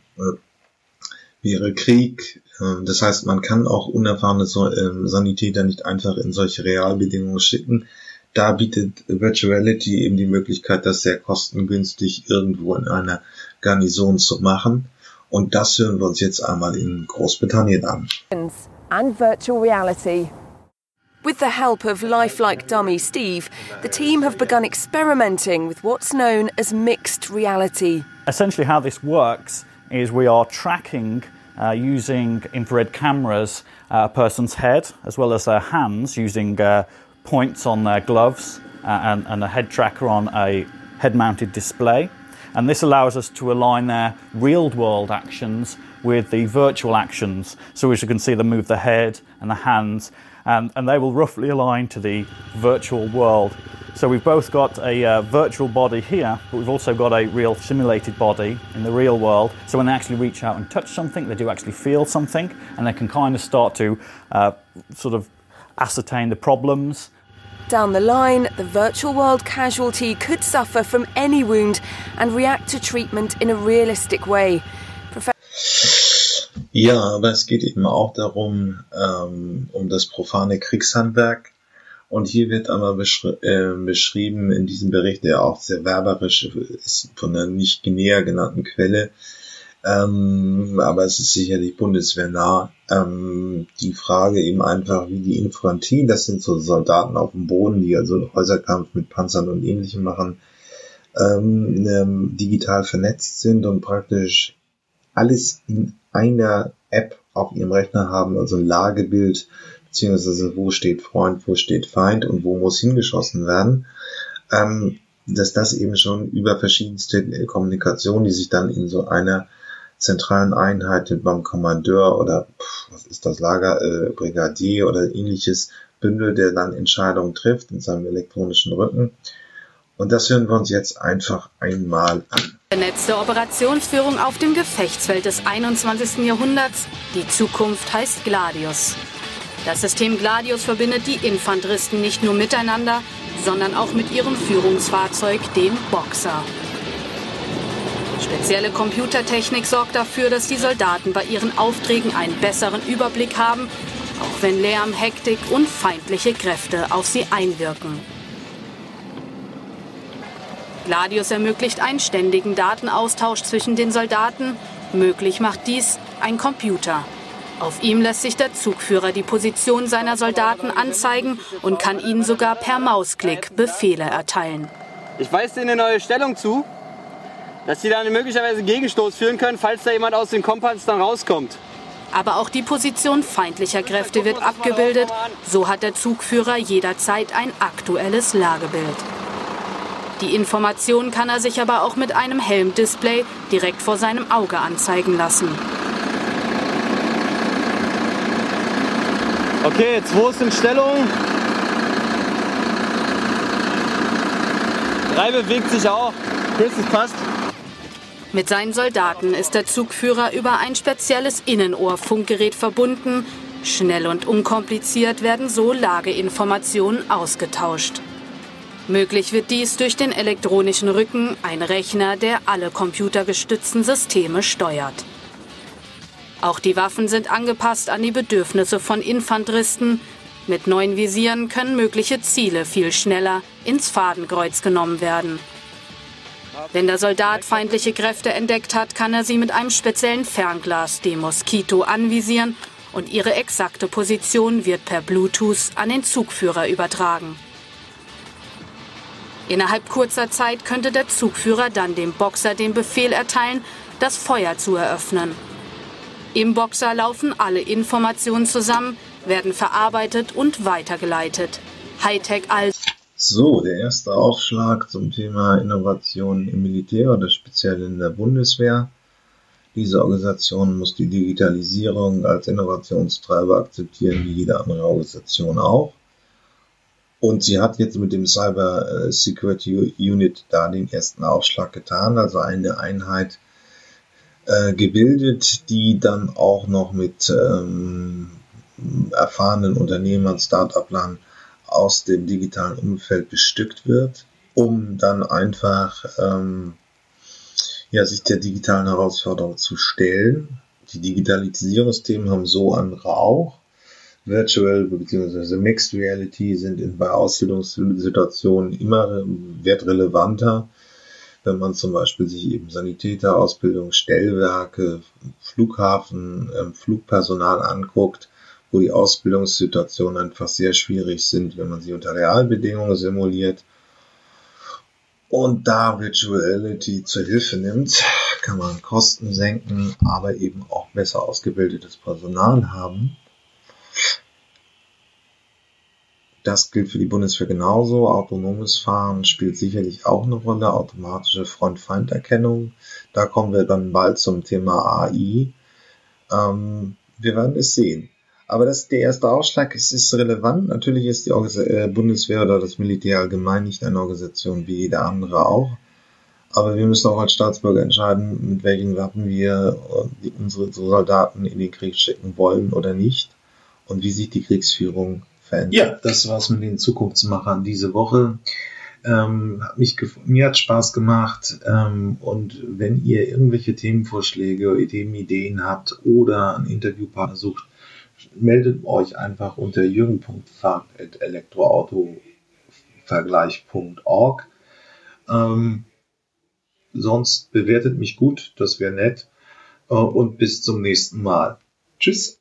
wäre Krieg. Das heißt, man kann auch unerfahrene Sanitäter nicht einfach in solche Realbedingungen schicken. Da bietet Virtuality eben die Möglichkeit, das sehr kostengünstig irgendwo in einer Garnison zu machen. Und das hören wir uns jetzt einmal in Großbritannien an. And virtual reality. With the help of lifelike dummy Steve, the team have begun experimenting with what's known as mixed reality. Essentially how this works is we are tracking using infrared cameras a person's head as well as their hands using points on their gloves and a head tracker on a head-mounted display. And this allows us to align their real-world actions with the virtual actions. So as you can see, they move the head and the hands, and they will roughly align to the virtual world. So we've both got a virtual body here, but we've also got a real simulated body in the real world. So when they actually reach out and touch something, they do actually feel something, and they can kind of start to sort of ascertain the problems. Down the line, the virtual world casualty could suffer from any wound and react to treatment in a realistic way. Ja, aber es geht eben auch darum, um das profane Kriegshandwerk. Und hier wird einmal beschrieben in diesem Bericht, der auch sehr werberisch ist, von einer nicht näher genannten Quelle, aber es ist sicherlich bundeswehrnah, die Frage eben einfach, wie die Infanterie, das sind so Soldaten auf dem Boden, die also Häuserkampf mit Panzern und Ähnlichem machen, digital vernetzt sind und praktisch alles in einer App auf ihrem Rechner haben, also ein Lagebild, beziehungsweise wo steht Freund, wo steht Feind und wo muss hingeschossen werden, dass das eben schon über verschiedenste Kommunikation, die sich dann in so einer zentralen Einheit beim Kommandeur oder was ist das, Brigadier oder ähnliches bündelt, der dann Entscheidungen trifft in seinem elektronischen Rücken. Und das hören wir uns jetzt einfach einmal an. Vernetzte Operationsführung auf dem Gefechtsfeld des 21. Jahrhunderts. Die Zukunft heißt Gladius. Das System Gladius verbindet die Infanteristen nicht nur miteinander, sondern auch mit ihrem Führungsfahrzeug, dem Boxer. Spezielle Computertechnik sorgt dafür, dass die Soldaten bei ihren Aufträgen einen besseren Überblick haben, auch wenn Lärm, Hektik und feindliche Kräfte auf sie einwirken. Gladius ermöglicht einen ständigen Datenaustausch zwischen den Soldaten. Möglich macht dies ein Computer. Auf ihm lässt sich der Zugführer die Position seiner Soldaten anzeigen und kann ihnen sogar per Mausklick Befehle erteilen. Ich weise denen eine neue Stellung zu, dass sie dann möglicherweise Gegenstoß führen können, falls da jemand aus dem Kompass dann rauskommt. Aber auch die Position feindlicher Kräfte wird abgebildet. So hat der Zugführer jederzeit ein aktuelles Lagebild. Die Informationen kann er sich aber auch mit einem Helmdisplay direkt vor seinem Auge anzeigen lassen. Okay, 2 ist in Stellung. 3 bewegt sich auch. Chris, es passt. Mit seinen Soldaten ist der Zugführer über ein spezielles Innenohr-Funkgerät verbunden. Schnell und unkompliziert werden so Lageinformationen ausgetauscht. Möglich wird dies durch den elektronischen Rücken, ein Rechner, der alle computergestützten Systeme steuert. Auch die Waffen sind angepasst an die Bedürfnisse von Infanteristen. Mit neuen Visieren können mögliche Ziele viel schneller ins Fadenkreuz genommen werden. Wenn der Soldat feindliche Kräfte entdeckt hat, kann er sie mit einem speziellen Fernglas, dem Mosquito, anvisieren und ihre exakte Position wird per Bluetooth an den Zugführer übertragen. Innerhalb kurzer Zeit könnte der Zugführer dann dem Boxer den Befehl erteilen, das Feuer zu eröffnen. Im Boxer laufen alle Informationen zusammen, werden verarbeitet und weitergeleitet. Hightech also. So, der erste Aufschlag zum Thema Innovation im Militär oder speziell in der Bundeswehr. Diese Organisation muss die Digitalisierung als Innovationstreiber akzeptieren, wie jede andere Organisation auch. Und sie hat jetzt mit dem Cyber Security Unit da den ersten Aufschlag getan, also eine Einheit gebildet, die dann auch noch mit erfahrenen Unternehmern, Start-uplern aus dem digitalen Umfeld bestückt wird, um dann einfach sich der digitalen Herausforderung zu stellen. Die Digitalisierungsthemen haben so andere auch. Virtual bzw. Mixed Reality sind bei Ausbildungssituationen immer wertrelevanter. Wenn man zum Beispiel sich eben Sanitäterausbildung, Stellwerke, Flughafen, Flugpersonal anguckt, wo die Ausbildungssituationen einfach sehr schwierig sind, wenn man sie unter Realbedingungen simuliert und da Virtuality zur Hilfe nimmt, kann man Kosten senken, aber eben auch besser ausgebildetes Personal haben. Das gilt für die Bundeswehr genauso. Autonomes Fahren spielt sicherlich auch eine Rolle. Automatische Front-Feind-Erkennung. Da kommen wir dann bald zum Thema AI. Wir werden es sehen. Aber das ist der erste Ausschlag. Es ist relevant. Natürlich ist die Bundeswehr oder das Militär allgemein nicht eine Organisation wie jede andere auch. Aber wir müssen auch als Staatsbürger entscheiden, mit welchen Waffen wir unsere Soldaten in den Krieg schicken wollen oder nicht. Und wie sich die Kriegsführung verändert. Ja, das war's mit den Zukunftsmachern diese Woche. Mir hat Spaß gemacht. Und wenn ihr irgendwelche Themenvorschläge, Ideen habt oder einen Interviewpartner sucht, meldet euch einfach unter jürgen.fahrt@elektroautovergleich.org. Sonst bewertet mich gut, das wäre nett. Und bis zum nächsten Mal. Tschüss.